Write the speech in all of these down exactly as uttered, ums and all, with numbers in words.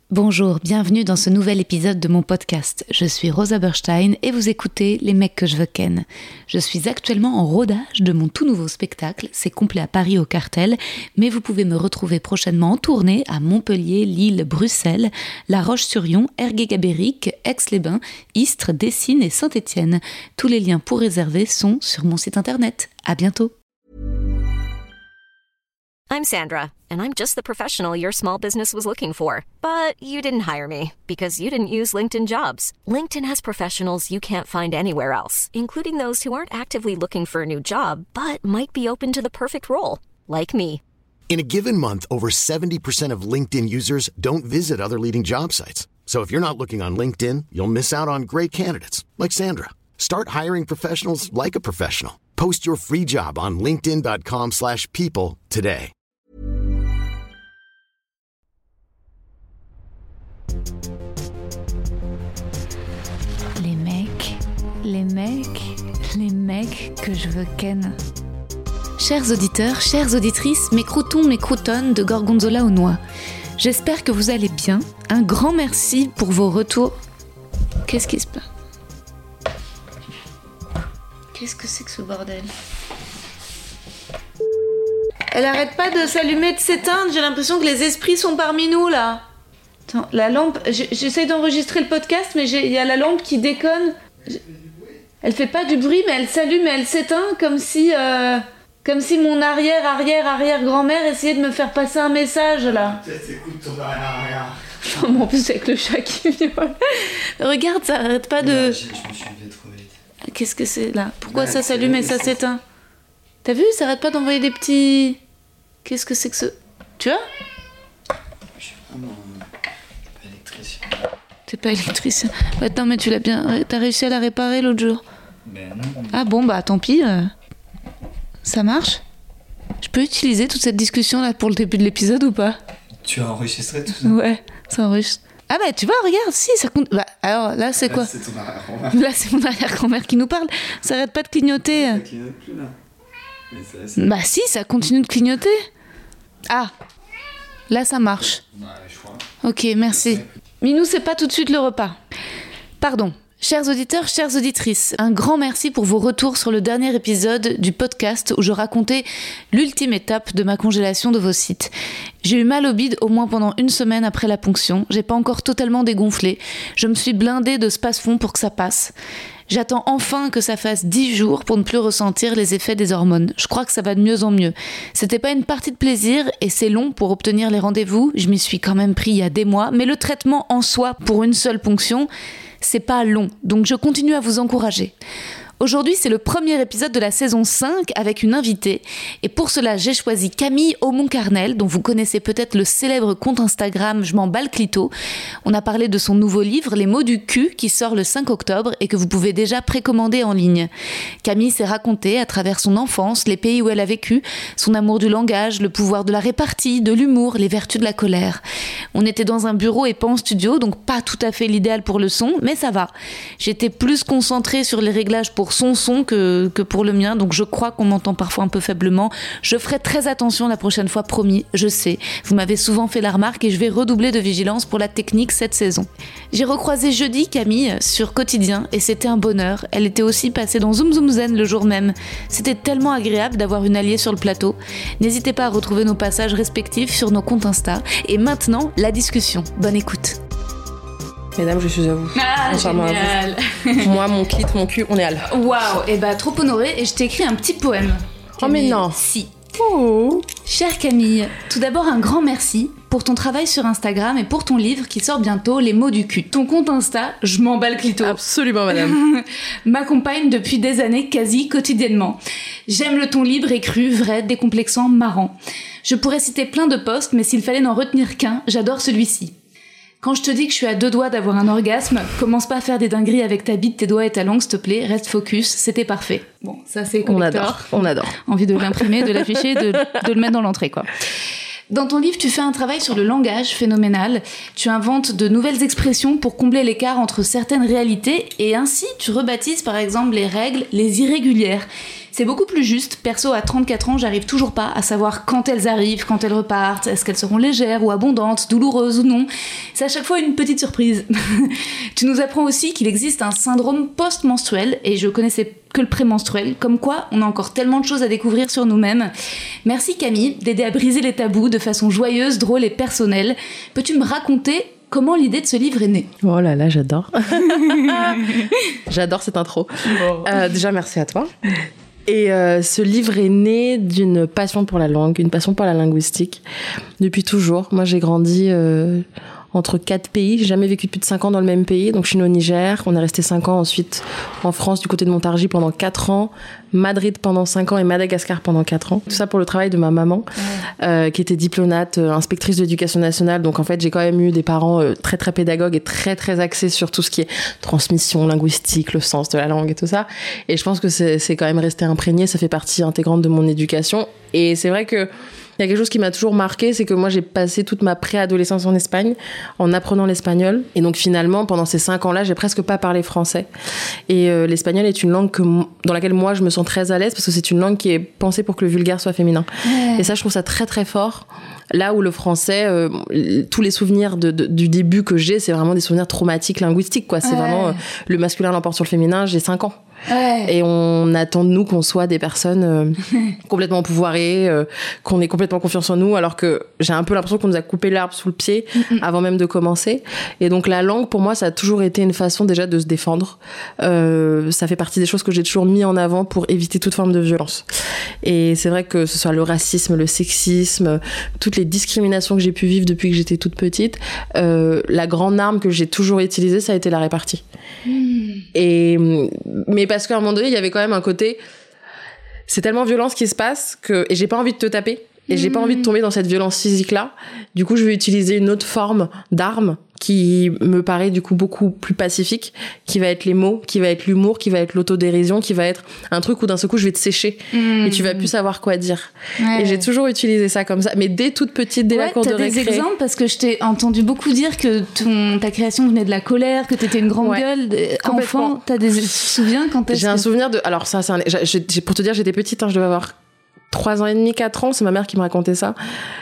Bonjour, bienvenue dans ce nouvel épisode de mon podcast. Je suis Rosa Berstein et vous écoutez Les mecs que je veux ken. Je suis actuellement en rodage de mon tout nouveau spectacle, c'est complet à Paris au Cartel, mais vous pouvez me retrouver prochainement en tournée à Montpellier, Lille, Bruxelles, La Roche-sur-Yon, Ergué-Gabéric, Aix-les-Bains, Istres, Dessines et Saint-Étienne. Tous les liens pour réserver sont sur mon site internet. À bientôt. I'm Sandra, and I'm just the professional your small business was looking for. But you didn't hire me, because you didn't use LinkedIn Jobs. LinkedIn has professionals you can't find anywhere else, including those who aren't actively looking for a new job, but might be open to the perfect role, like me. In a given month, over seventy percent of LinkedIn users don't visit other leading job sites. So if you're not looking on LinkedIn, you'll miss out on great candidates, like Sandra. Start hiring professionals like a professional. Post your free job on linkedin.com slash people today. Les mecs, les mecs, les mecs que je veux ken. Chers auditeurs, chères auditrices, mes croutons, mes croutonnes de gorgonzola aux noix. J'espère que vous allez bien. Un grand merci pour vos retours. Qu'est-ce qui se passe ? Qu'est-ce que c'est que ce bordel ? Elle arrête pas de s'allumer, de s'éteindre. J'ai l'impression que les esprits sont parmi nous, là. Attends, la lampe... J'essaie d'enregistrer le podcast, mais il y a la lampe qui déconne. Elle fait pas du bruit, mais elle s'allume et elle s'éteint comme si... Euh... Comme si mon arrière-arrière-arrière-grand-mère essayait de me faire passer un message, là. Peut-être écoute ton arrière-arrière. Non, mais en plus, avec le chat qui miaule. Regarde, ça arrête pas de... Là, je, je me suis levé trop vite. Qu'est-ce que c'est, là ? Pourquoi Ouais, ça s'allume et ça c'est- s'éteint ? T'as vu ? Ça arrête pas d'envoyer des petits... Qu'est-ce que c'est que ce... Tu vois ? Je suis vraiment pas électricien. T'es pas électricien. Attends, mais tu l'as bien... T'as réussi à la réparer l'autre jour ? Ben non. Ah bon, bah tant pis. euh. Ça marche ? Je peux utiliser toute cette discussion-là pour le début de l'épisode ou pas ? Tu as enregistré tout ça? Ouais, ça enregistre. Ah bah tu vois, regarde, si, ça compte... Bah alors, là, c'est quoi ? Là, c'est ton arrière-grand-mère. Là, c'est mon arrière-grand-mère qui nous parle. Ça arrête pas de clignoter. Ça clignote plus là. Mais ça, c'est... Bah si, ça continue de clignoter. Ah, là ça marche. Ouais, je crois. Ok, merci. Minou, c'est pas tout de suite le repas. Pardon. Chers auditeurs, chères auditrices, un grand merci pour vos retours sur le dernier épisode du podcast où je racontais l'ultime étape de ma congélation de vos sites. J'ai eu mal au bide au moins pendant une semaine après la ponction. J'ai pas encore totalement dégonflé. Je me suis blindée de space-fond pour que ça passe. J'attends enfin que ça fasse dix jours pour ne plus ressentir les effets des hormones. Je crois que ça va de mieux en mieux. C'était pas une partie de plaisir et c'est long pour obtenir les rendez-vous. Je m'y suis quand même pris il y a des mois. Mais le traitement en soi pour une seule ponction, c'est pas long. Donc je continue à vous encourager. Aujourd'hui, c'est le premier épisode de la saison cinq avec une invitée. Et pour cela, j'ai choisi Camille Aumont-Carnel, dont vous connaissez peut-être le célèbre compte Instagram Je m'en bats le clito. On a parlé de son nouveau livre, Les mots du cul, qui sort le cinq octobre et que vous pouvez déjà précommander en ligne. Camille s'est racontée à travers son enfance, les pays où elle a vécu, son amour du langage, le pouvoir de la répartie, de l'humour, les vertus de la colère. On était dans un bureau et pas en studio, donc pas tout à fait l'idéal pour le son, mais ça va. J'étais plus concentrée sur les réglages pour son son que, que pour le mien, donc je crois qu'on m'entend parfois un peu faiblement. Je ferai très attention la prochaine fois, promis, je sais. Vous m'avez souvent fait la remarque et je vais redoubler de vigilance pour la technique cette saison. J'ai recroisé jeudi Camille sur Quotidien et c'était un bonheur. Elle était aussi passée dans Zoom Zoom Zen le jour même. C'était tellement agréable d'avoir une alliée sur le plateau. N'hésitez pas à retrouver nos passages respectifs sur nos comptes Insta. Et maintenant, la discussion. Bonne écoute. Mesdames, je suis à vous. Ah, Entièrement à génial. vous. Moi, mon clit, mon cul, on est à là. Waouh, et bah trop honorée et je t'ai écrit un petit poème. Oh mais Camille. non. Si. Oh. Chère Camille, tout d'abord un grand merci pour ton travail sur Instagram et pour ton livre qui sort bientôt, Les mots du cul. Ton compte Insta, Je m'en bats le clito, Absolument, madame. m'accompagne depuis des années quasi quotidiennement. J'aime le ton libre et cru, vrai, décomplexant, marrant. Je pourrais citer plein de posts, mais s'il fallait n'en retenir qu'un, j'adore celui-ci. Quand je te dis que je suis à deux doigts d'avoir un orgasme, commence pas à faire des dingueries avec ta bite, tes doigts et ta langue, s'il te plaît, reste focus, c'était parfait. Bon, ça c'est On collector. adore, on adore. Envie de l'imprimer, de l'afficher, de, de le mettre dans l'entrée, quoi. Dans ton livre, tu fais un travail sur le langage phénoménal. Tu inventes de nouvelles expressions pour combler l'écart entre certaines réalités et ainsi tu rebaptises par exemple les règles, les irrégulières. C'est beaucoup plus juste. Perso, à trente-quatre ans, j'arrive toujours pas à savoir quand elles arrivent, quand elles repartent, est-ce qu'elles seront légères ou abondantes, douloureuses ou non. C'est à chaque fois une petite surprise. Tu nous apprends aussi qu'il existe un syndrome post-menstruel, et je connaissais que le prémenstruel, comme quoi on a encore tellement de choses à découvrir sur nous-mêmes. Merci Camille d'aider à briser les tabous de façon joyeuse, drôle et personnelle. Peux-tu me raconter comment l'idée de ce livre est née ? Oh là là, j'adore. J'adore cette intro. Bon. Euh, déjà, merci à toi. Et euh, ce livre est né d'une passion pour la langue, une passion pour la linguistique, depuis toujours. Moi, j'ai grandi euh, entre quatre pays. J'ai jamais vécu plus de cinq ans dans le même pays. Donc, je suis née au Niger. On est resté cinq ans ensuite en France, du côté de Montargis pendant quatre ans. Madrid pendant cinq ans et Madagascar pendant quatre ans. Tout ça pour le travail de ma maman, ouais. euh, qui était diplomate, euh, inspectrice de l'éducation nationale. Donc en fait, j'ai quand même eu des parents euh, très très pédagogues et très très axés sur tout ce qui est transmission linguistique, le sens de la langue et tout ça. Et je pense que c'est, c'est quand même resté imprégné. Ça fait partie intégrante de mon éducation. Et c'est vrai que il y a quelque chose qui m'a toujours marqué, c'est que moi j'ai passé toute ma préadolescence en Espagne en apprenant l'espagnol. Et donc finalement, pendant ces cinq ans-là, j'ai presque pas parlé français. Et euh, l'espagnol est une langue que, dans laquelle moi je me sens très à l'aise, parce que c'est une langue qui est pensée pour que le vulgaire soit féminin. Ouais. Et ça, je trouve ça très très fort. Là où le français, euh, tous les souvenirs de, de, du début que j'ai, c'est vraiment des souvenirs traumatiques linguistiques, quoi. C'est ouais. vraiment euh, le masculin l'emporte sur le féminin. J'ai cinq ans. Ouais. Et on attend de nous qu'on soit des personnes euh, complètement empouvoirées, euh, qu'on ait complètement confiance en nous, alors que j'ai un peu l'impression qu'on nous a coupé l'arbre sous le pied mm-hmm. avant même de commencer. Et donc la langue, pour moi, ça a toujours été une façon déjà de se défendre. Euh, ça fait partie des choses que j'ai toujours mis en avant pour éviter toute forme de violence. Et c'est vrai que ce soit le racisme, le sexisme, toutes les discriminations que j'ai pu vivre depuis que j'étais toute petite, euh, la grande arme que j'ai toujours utilisée, ça a été la répartie. Mm. Et mais parce qu'à un moment donné, il y avait quand même un côté, c'est tellement violent ce qui se passe que, et j'ai pas envie de te taper, et j'ai pas envie de tomber dans cette violence physique-là. Du coup, je vais utiliser une autre forme d'arme qui me paraît du coup beaucoup plus pacifique, qui va être les mots, qui va être l'humour, qui va être l'autodérision, qui va être un truc où d'un seul coup je vais te sécher mmh. et tu vas plus savoir quoi dire. Ouais. Et j'ai toujours utilisé ça comme ça, mais dès toute petite, dès ouais, la cour de récré. T'as des exemples, parce que je t'ai entendu beaucoup dire que ton, ta création venait de la colère, que t'étais une grande ouais. gueule. Enfant, t'as des souvenirs quand t'as... J'ai un souvenir de... Alors ça, c'est un... j'ai, pour te dire, j'étais petite, hein, je devais avoir trois ans et demi, quatre ans, c'est ma mère qui me racontait ça.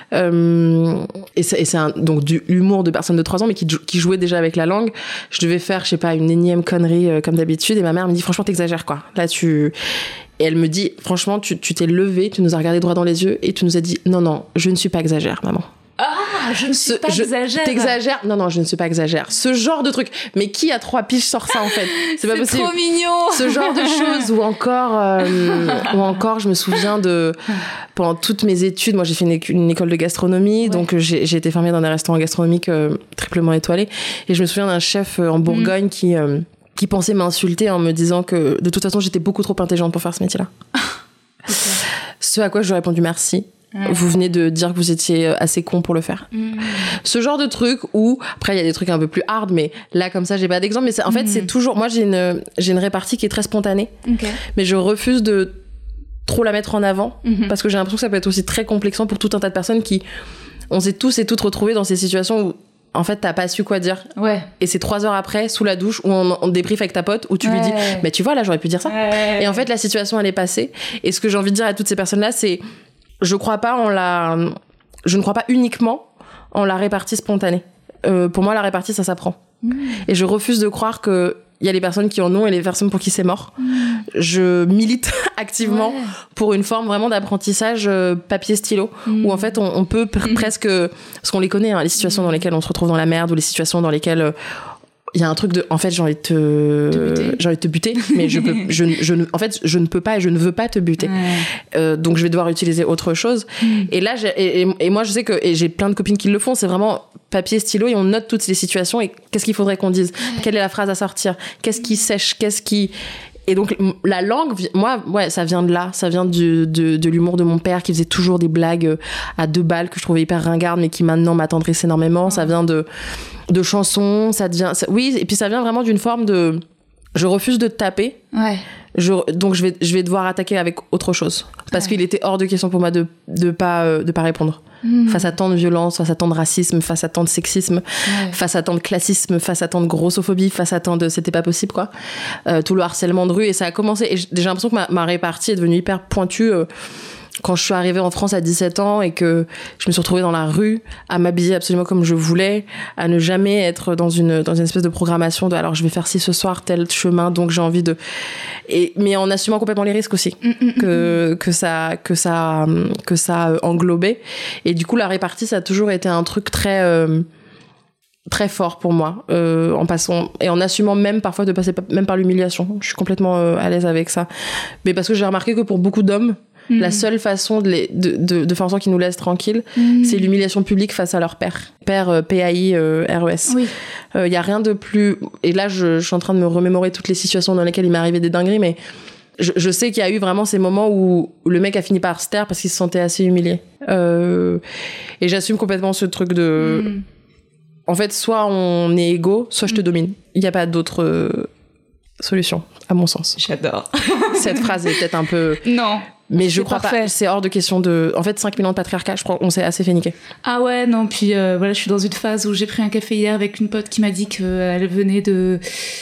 Euh, et c'est, et c'est un, donc du humour de personnes de trois ans, mais qui, qui jouait déjà avec la langue. Je devais faire, je sais pas, une énième connerie euh, comme d'habitude, et ma mère me dit, franchement, t'exagères, quoi. Là, tu... Et elle me dit, franchement, tu, tu t'es levée, tu nous as regardé droit dans les yeux, et tu nous as dit, non, non, je ne suis pas exagère, maman. Ah, je ne suis Ce, pas je, exagère. T'exagères. Non, non, je ne suis pas exagère. Ce genre de truc. Mais qui à trois piges sort ça, en fait? C'est pas possible. C'est trop mignon. Ce genre de choses. Ou encore, euh, ou encore, je me souviens de, pendant toutes mes études, moi, j'ai fait une, une école de gastronomie. Ouais. Donc, j'ai, j'ai été fermée dans des restaurants gastronomiques euh, triplement étoilés. Et je me souviens d'un chef euh, en Bourgogne mmh. qui, euh, qui pensait m'insulter en me disant que, de toute façon, j'étais beaucoup trop intelligente pour faire ce métier-là. Okay. Ce à quoi je lui ai répondu merci. Ouais. Vous venez de dire que vous étiez assez con pour le faire. Mmh. Ce genre de truc où, après il y a des trucs un peu plus hard, mais là comme ça j'ai pas d'exemple, mais c'est, en mmh. fait c'est toujours, moi j'ai une, j'ai une répartie qui est très spontanée, okay. mais je refuse de trop la mettre en avant, mmh. parce que j'ai l'impression que ça peut être aussi très complexant pour tout un tas de personnes qui, on s'est tous et toutes retrouvés dans ces situations où en fait, t'as pas su quoi dire. Ouais. Et c'est trois heures après, sous la douche, où on, on débriefe avec ta pote, où tu ouais. lui dis, mais tu vois, là, j'aurais pu dire ça. Ouais. Et en fait, la situation, elle est passée. Et ce que j'ai envie de dire à toutes ces personnes-là, c'est, je crois pas en la, je ne crois pas uniquement en la répartie spontanée. Euh, pour moi, la répartie, ça s'apprend. Mmh. Et je refuse de croire que il y a les personnes qui en ont et les personnes pour qui c'est mort. Mmh. Je milite activement ouais. pour une forme vraiment d'apprentissage euh, papier-stylo, mmh. où en fait on, on peut pr- mmh. presque, parce qu'on les connaît, hein, les situations mmh. dans lesquelles on se retrouve dans la merde, ou les situations dans lesquelles euh, il y a un truc de, en fait, j'ai envie de te, j'ai envie de te buter, mais je peux, je, je, en fait, je ne peux pas et je ne veux pas te buter. Ouais. Euh, donc, je vais devoir utiliser autre chose. Mm. Et là, j'ai, et, et moi, je sais que, et j'ai plein de copines qui le font, c'est vraiment papier, stylo, et on note toutes les situations et qu'est-ce qu'il faudrait qu'on dise. Ouais. Quelle est la phrase à sortir? Qu'est-ce qui sèche? Qu'est-ce qui, et donc, la langue, moi, ouais, ça vient de là. Ça vient du, de, de l'humour de mon père qui faisait toujours des blagues à deux balles que je trouvais hyper ringardes, mais qui maintenant m'attendrissent énormément. Ça vient de, de chansons, ça devient, ça, oui, et puis ça vient vraiment d'une forme de, je refuse de te taper. Ouais. Je, donc, je vais, je vais devoir attaquer avec autre chose. Parce ouais. qu'il était hors de question pour moi de, de pas, euh, de pas répondre. Mmh. Face à tant de violence, face à tant de racisme, face à tant de sexisme, ouais. face à tant de classisme, face à tant de grossophobie, face à tant de c'était pas possible quoi. Euh, tout le harcèlement de rue et ça a commencé. Et j'ai l'impression que ma, ma répartie est devenue hyper pointue euh, quand je suis arrivée en France à dix-sept ans et que je me suis retrouvée dans la rue à m'habiller absolument comme je voulais, à ne jamais être dans une dans une espèce de programmation de alors je vais faire ci ce soir tel chemin donc j'ai envie de et mais en assumant complètement les risques aussi mmh, que mmh. que ça que ça que ça englobait et du coup la répartie ça a toujours été un truc très euh, très fort pour moi euh, en passant et en assumant même parfois de passer même par l'humiliation. Je suis complètement euh, à l'aise avec ça mais parce que j'ai remarqué que pour beaucoup d'hommes Mmh. la seule façon de, les, de, de, de faire en sorte qu'ils nous laissent tranquilles, mmh. c'est l'humiliation publique face à leur père. Père euh, P A I euh, R E S. Il oui. euh, y a rien de plus... Et là, je, je suis en train de me remémorer toutes les situations dans lesquelles il m'est arrivé des dingueries, mais je, je sais qu'il y a eu vraiment ces moments où, où le mec a fini par se taire parce qu'il se sentait assez humilié. Euh, et j'assume complètement ce truc de... Mmh. En fait, soit on est égaux, soit je te domine. Il n'y a pas d'autre... Euh, solution, à mon sens. J'adore. Cette phrase est peut-être un peu... Non. Mais je crois parfait. Pas, c'est hors de question de... En fait, cinq mille ans de patriarcat, je crois qu'on s'est assez fait niquer. Ah ouais, non, puis euh, voilà, je suis dans une phase où j'ai pris un café hier avec une pote qui m'a dit qu'elle venait de...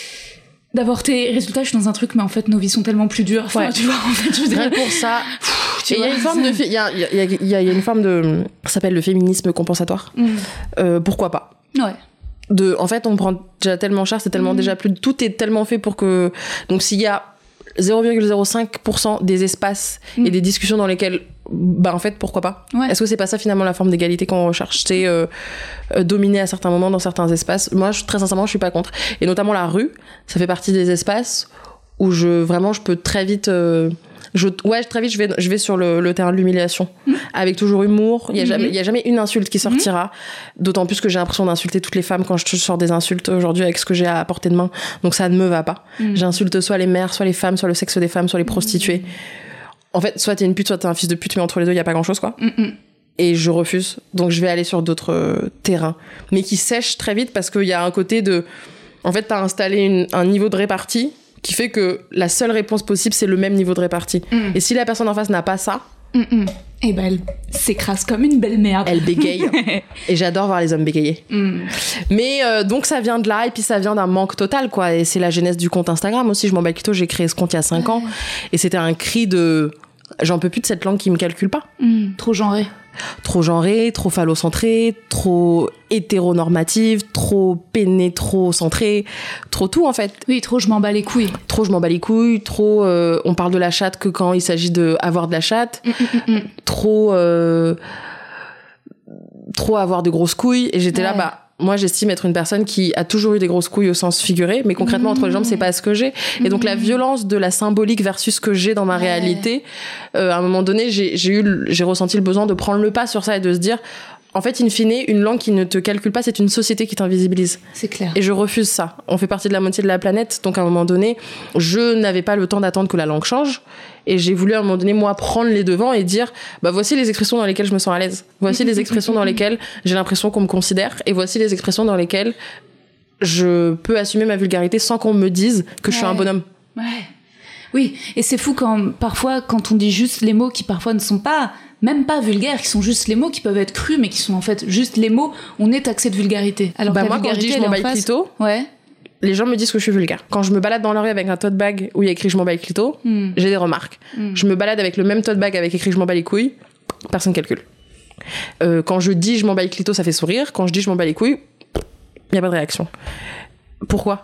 d'avorter. Résultat, je suis dans un truc, mais en fait, nos vies sont tellement plus dures. Enfin, ouais. tu vois, en fait, je veux dire... pour ça... Et il y a une forme de... Il y a, y, a, y, a, y a une forme de... Ça s'appelle le féminisme compensatoire. Mm. Euh, pourquoi pas ? Ouais. De, en fait, on prend déjà tellement cher, c'est tellement mmh. déjà plus... Tout est tellement fait pour que... Donc, s'il y a zéro virgule zéro cinq pour cent des espaces mmh. et des discussions dans lesquelles... Bah, en fait, pourquoi pas ouais. Est-ce que c'est pas ça, finalement, la forme d'égalité qu'on recherche ? C'est euh, euh, dominer à certains moments dans certains espaces. Moi, je, très sincèrement, je suis pas contre. Et notamment la rue, ça fait partie des espaces où je... Vraiment, je peux très vite... Euh, Je, ouais, très vite, je vais, je vais sur le, le terrain de l'humiliation. Mmh. Avec toujours humour. Il n'y a, mmh. a jamais une insulte qui sortira. Mmh. D'autant plus que j'ai l'impression d'insulter toutes les femmes quand je sors des insultes aujourd'hui avec ce que j'ai à portée de main. Donc ça ne me va pas. Mmh. J'insulte soit les mères, soit les femmes, soit le sexe des femmes, soit les prostituées. Mmh. En fait, soit t'es une pute, soit t'es un fils de pute, mais entre les deux, il n'y a pas grand chose, quoi. Mmh. Et je refuse. Donc je vais aller sur d'autres euh, terrains. Mais qui sèchent très vite parce qu'il y a un côté de... En fait, t'as installé une, un niveau de répartie qui fait que la seule réponse possible, c'est le même niveau de répartie. Mm. Et si la personne en face n'a pas ça... Mm-mm. Et ben, elle s'écrase comme une belle merde. Elle bégaye. Et j'adore voir les hommes bégayer. Mm. Mais euh, donc, ça vient de là, et puis ça vient d'un manque total, quoi. Et c'est la genèse du compte Instagram aussi. Je m'en bats plutôt, j'ai créé ce compte il y a cinq ans. Et c'était un cri de... J'en peux plus de cette langue qui me calcule pas. Mm. Trop genrée. Trop genrée, trop phallocentrée, trop hétéronormative, trop pénétrocentrée, trop tout en fait. Oui, trop je m'en bats les couilles. Trop je m'en bats les couilles, trop euh, on parle de la chatte que quand il s'agit de avoir de la chatte, mm, mm, mm. trop euh, trop avoir de grosses couilles et j'étais ouais. là bah moi, j'estime être une personne qui a toujours eu des grosses couilles au sens figuré, mais concrètement, mmh. entre les jambes, c'est pas ce que j'ai. Et donc, mmh. la violence de la symbolique versus ce que j'ai dans ma ouais. réalité, euh, à un moment donné, j'ai, j'ai eu, j'ai ressenti le besoin de prendre le pas sur ça et de se dire, en fait, in fine, une langue qui ne te calcule pas, c'est une société qui t'invisibilise. C'est clair. Et je refuse ça. On fait partie de la moitié de la planète, donc à un moment donné, je n'avais pas le temps d'attendre que la langue change. Et j'ai voulu à un moment donné, moi, prendre les devants et dire, bah voici les expressions dans lesquelles je me sens à l'aise. Voici les expressions dans lesquelles j'ai l'impression qu'on me considère. Et voici les expressions dans lesquelles je peux assumer ma vulgarité sans qu'on me dise que ouais. je suis un bonhomme. Ouais. Oui. Et c'est fou quand, parfois, quand on dit juste les mots qui parfois ne sont pas, même pas vulgaires, qui sont juste les mots qui peuvent être crus, mais qui sont en fait juste les mots, on est taxé de vulgarité. Alors bah que moi, la vulgarité, quand je dis je m'en bats le clito, ouais. les gens me disent que je suis vulgaire. Quand je me balade dans la rue avec un tote bag où il y a écrit je m'en bats le clito, mm. j'ai des remarques. Mm. Je me balade avec le même tote bag avec écrit je m'en bats les couilles, personne calcule. Euh, quand je dis je m'en bats le clito, ça fait sourire. Quand je dis je m'en bats les couilles, il y a pas de réaction. Pourquoi ?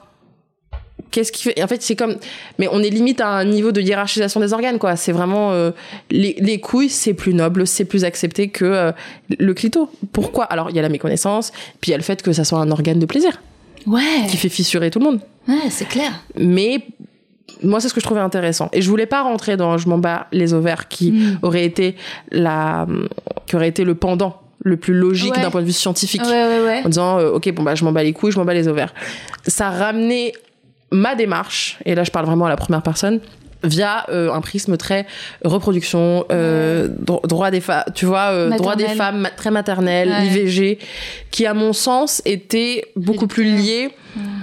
Qu'est-ce qui fait ? En fait, c'est comme... Mais on est limite à un niveau de hiérarchisation des organes, quoi. C'est vraiment... Euh, les, les couilles, c'est plus noble, c'est plus accepté que euh, le clito. Pourquoi ? Alors, il y a la méconnaissance, puis il y a le fait que ça soit un organe de plaisir. Ouais. Qui fait fissurer tout le monde. Ouais, c'est clair. Mais... Moi, c'est ce que je trouvais intéressant. Et je voulais pas rentrer dans je m'en bats les ovaires qui mmh. aurait été la... qui aurait été le pendant le plus logique ouais. d'un point de vue scientifique. Ouais, ouais, ouais. En disant, euh, ok, bon, bah, je m'en bats les couilles, je m'en bats les ovaires. Ça ramenait ma démarche, et là je parle vraiment à la première personne, via euh, un prisme très reproduction, euh, dro- droit des femmes, tu vois, euh, droit des femmes, ma- très maternel, ouais. l'I V G, qui à mon sens était beaucoup plus lié mmh.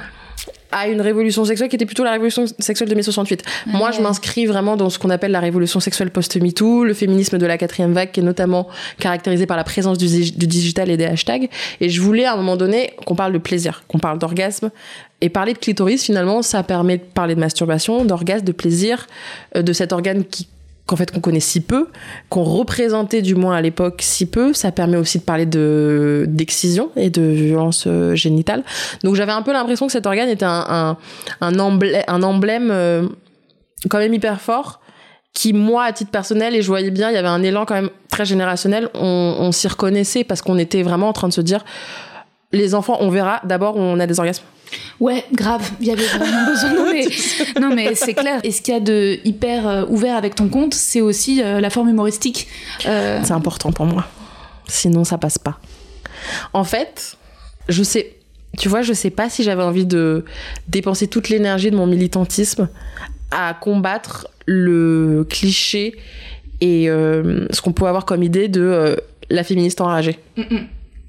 à une révolution sexuelle qui était plutôt la révolution sexuelle de mai soixante-huit. Ouais. Moi, je m'inscris vraiment dans ce qu'on appelle la révolution sexuelle post-MeToo, le féminisme de la quatrième vague, qui est notamment caractérisé par la présence du, du digital et des hashtags. Et je voulais, à un moment donné, qu'on parle de plaisir, qu'on parle d'orgasme. Et parler de clitoris, finalement, ça permet de parler de masturbation, d'orgasme, de plaisir, euh, de cet organe qui qu'en fait qu'on connaît si peu, qu'on représentait du moins à l'époque si peu. Ça permet aussi de parler de d'excision et de violence euh, génitale. Donc j'avais un peu l'impression que cet organe était un un, un emblème, un emblème euh, quand même hyper fort, qui moi à titre personnel, et je voyais bien, il y avait un élan quand même très générationnel. On, on s'y reconnaissait parce qu'on était vraiment en train de se dire, les enfants, on verra. D'abord, on a des orgasmes. Ouais, grave, il y avait vraiment besoin. Non mais, non, mais c'est clair. Et ce qu'il y a de hyper euh, ouvert avec ton compte, c'est aussi euh, la forme humoristique. Euh... C'est important pour moi. Sinon, ça passe pas. En fait, je sais, tu vois, je sais pas si j'avais envie de dépenser toute l'énergie de mon militantisme à combattre le cliché et euh, ce qu'on peut avoir comme idée de euh, la féministe enragée. Mm-mm.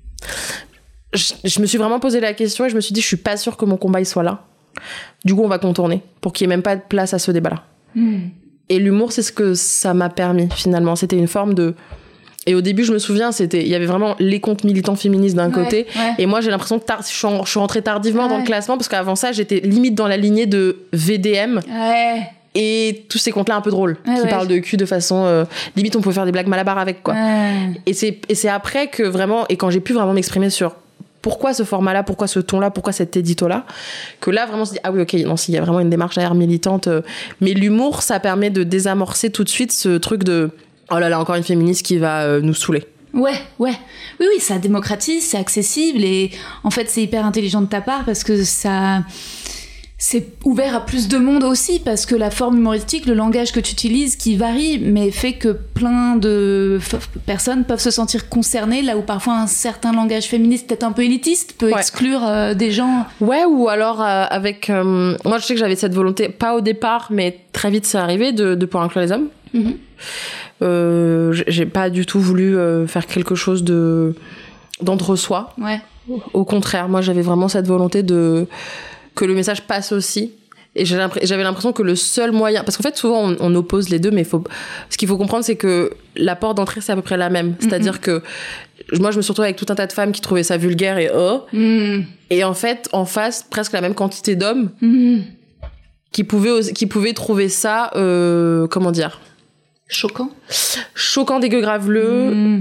Je, je me suis vraiment posé la question et je me suis dit, je suis pas sûre que mon combat il soit là. Du coup, on va contourner pour qu'il y ait même pas de place à ce débat-là. Mm. Et l'humour, c'est ce que ça m'a permis finalement. C'était une forme de. Et au début, je me souviens, c'était, il y avait vraiment les comptes militants féministes d'un ouais, côté, ouais. Et moi, j'ai l'impression que tar... je, suis en... je suis rentrée tardivement ouais. dans le classement parce qu'avant ça, j'étais limite dans la lignée de V D M. Ouais. Et tous ces comptes-là un peu drôles, ouais, qui ouais. parlent de cul de façon euh, limite, on peut faire des blagues malabar avec quoi. Ouais. Et c'est et c'est après que vraiment, et quand j'ai pu vraiment m'exprimer sur pourquoi ce format-là, pourquoi ce ton-là, pourquoi cet édito-là, que là, vraiment, on se dit, ah oui, ok, non, s'il y a vraiment une démarche derrière militante. Euh, mais l'humour, ça permet de désamorcer tout de suite ce truc de, oh là là, encore une féministe qui va euh, nous saouler. Ouais, ouais. Oui, oui, ça démocratise, c'est accessible, et en fait, c'est hyper intelligent de ta part, parce que ça... c'est ouvert à plus de monde aussi, parce que la forme humoristique, le langage que tu utilises qui varie, mais fait que plein de f- personnes peuvent se sentir concernées, là où parfois un certain langage féministe peut-être un peu élitiste peut ouais. exclure euh, des gens. Ouais, ou alors euh, avec... Euh, moi, je sais que j'avais cette volonté, pas au départ, mais très vite c'est arrivé, de, de pouvoir inclure les hommes. Mm-hmm. Euh, j'ai pas du tout voulu euh, faire quelque chose de d'entre-soi. Ouais. Au contraire, moi, j'avais vraiment cette volonté de... que le message passe aussi. Et j'avais l'impression que le seul moyen... Parce qu'en fait, souvent, on, on oppose les deux, mais faut, ce qu'il faut comprendre, c'est que la porte d'entrée, c'est à peu près la même. C'est-à-dire mm-hmm. que moi, je me suis retrouvée avec tout un tas de femmes qui trouvaient ça vulgaire et oh. Mm. Et en fait, en face, presque la même quantité d'hommes mm. qui, pouvaient, qui pouvaient trouver ça... Euh, comment dire ? Choquant. Choquant, dégueu, graveleux... Mm.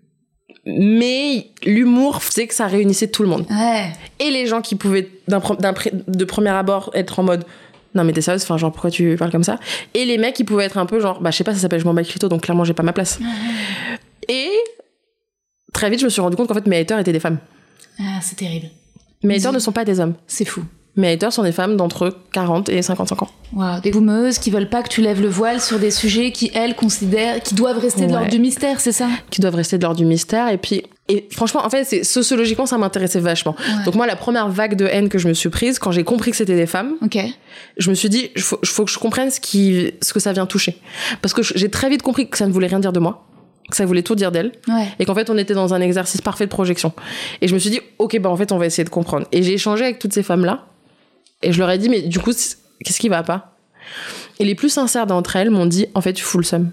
Mais l'humour faisait que ça réunissait tout le monde. Ouais. Et les gens qui pouvaient, d'un, d'un, de premier abord, être en mode non mais t'es sérieuse, enfin genre pourquoi tu parles comme ça. Et les mecs qui pouvaient être un peu genre bah je sais pas, ça s'appelle je m'en bats le clito, donc clairement j'ai pas ma place. Ouais. Et très vite je me suis rendu compte qu'en fait mes haters étaient des femmes. Ah c'est terrible. Mes haters ne sont pas des hommes. C'est fou. Mes haters sont des femmes d'entre quarante et cinquante-cinq ans. Wow, des boumeuses qui veulent pas que tu lèves le voile sur des sujets qui, elles, considèrent, qui doivent rester de ouais. l'ordre du mystère, c'est ça ? Qui doivent rester de l'ordre du mystère. Et puis, et franchement, en fait, c'est, sociologiquement, ça m'intéressait vachement. Ouais. Donc moi, la première vague de haine que je me suis prise, quand j'ai compris que c'était des femmes, okay. je me suis dit, il faut, faut que je comprenne ce, qui, ce que ça vient toucher. Parce que j'ai très vite compris que ça ne voulait rien dire de moi. Que ça voulait tout dire d'elle, ouais. Et qu'en fait on était dans un exercice parfait de projection. Et je me suis dit, ok, bah en fait on va essayer de comprendre. Et j'ai échangé avec toutes ces femmes-là, et je leur ai dit, mais du coup, qu'est-ce qui va pas ? Et les plus sincères d'entre elles m'ont dit, en fait, tu fous le seum.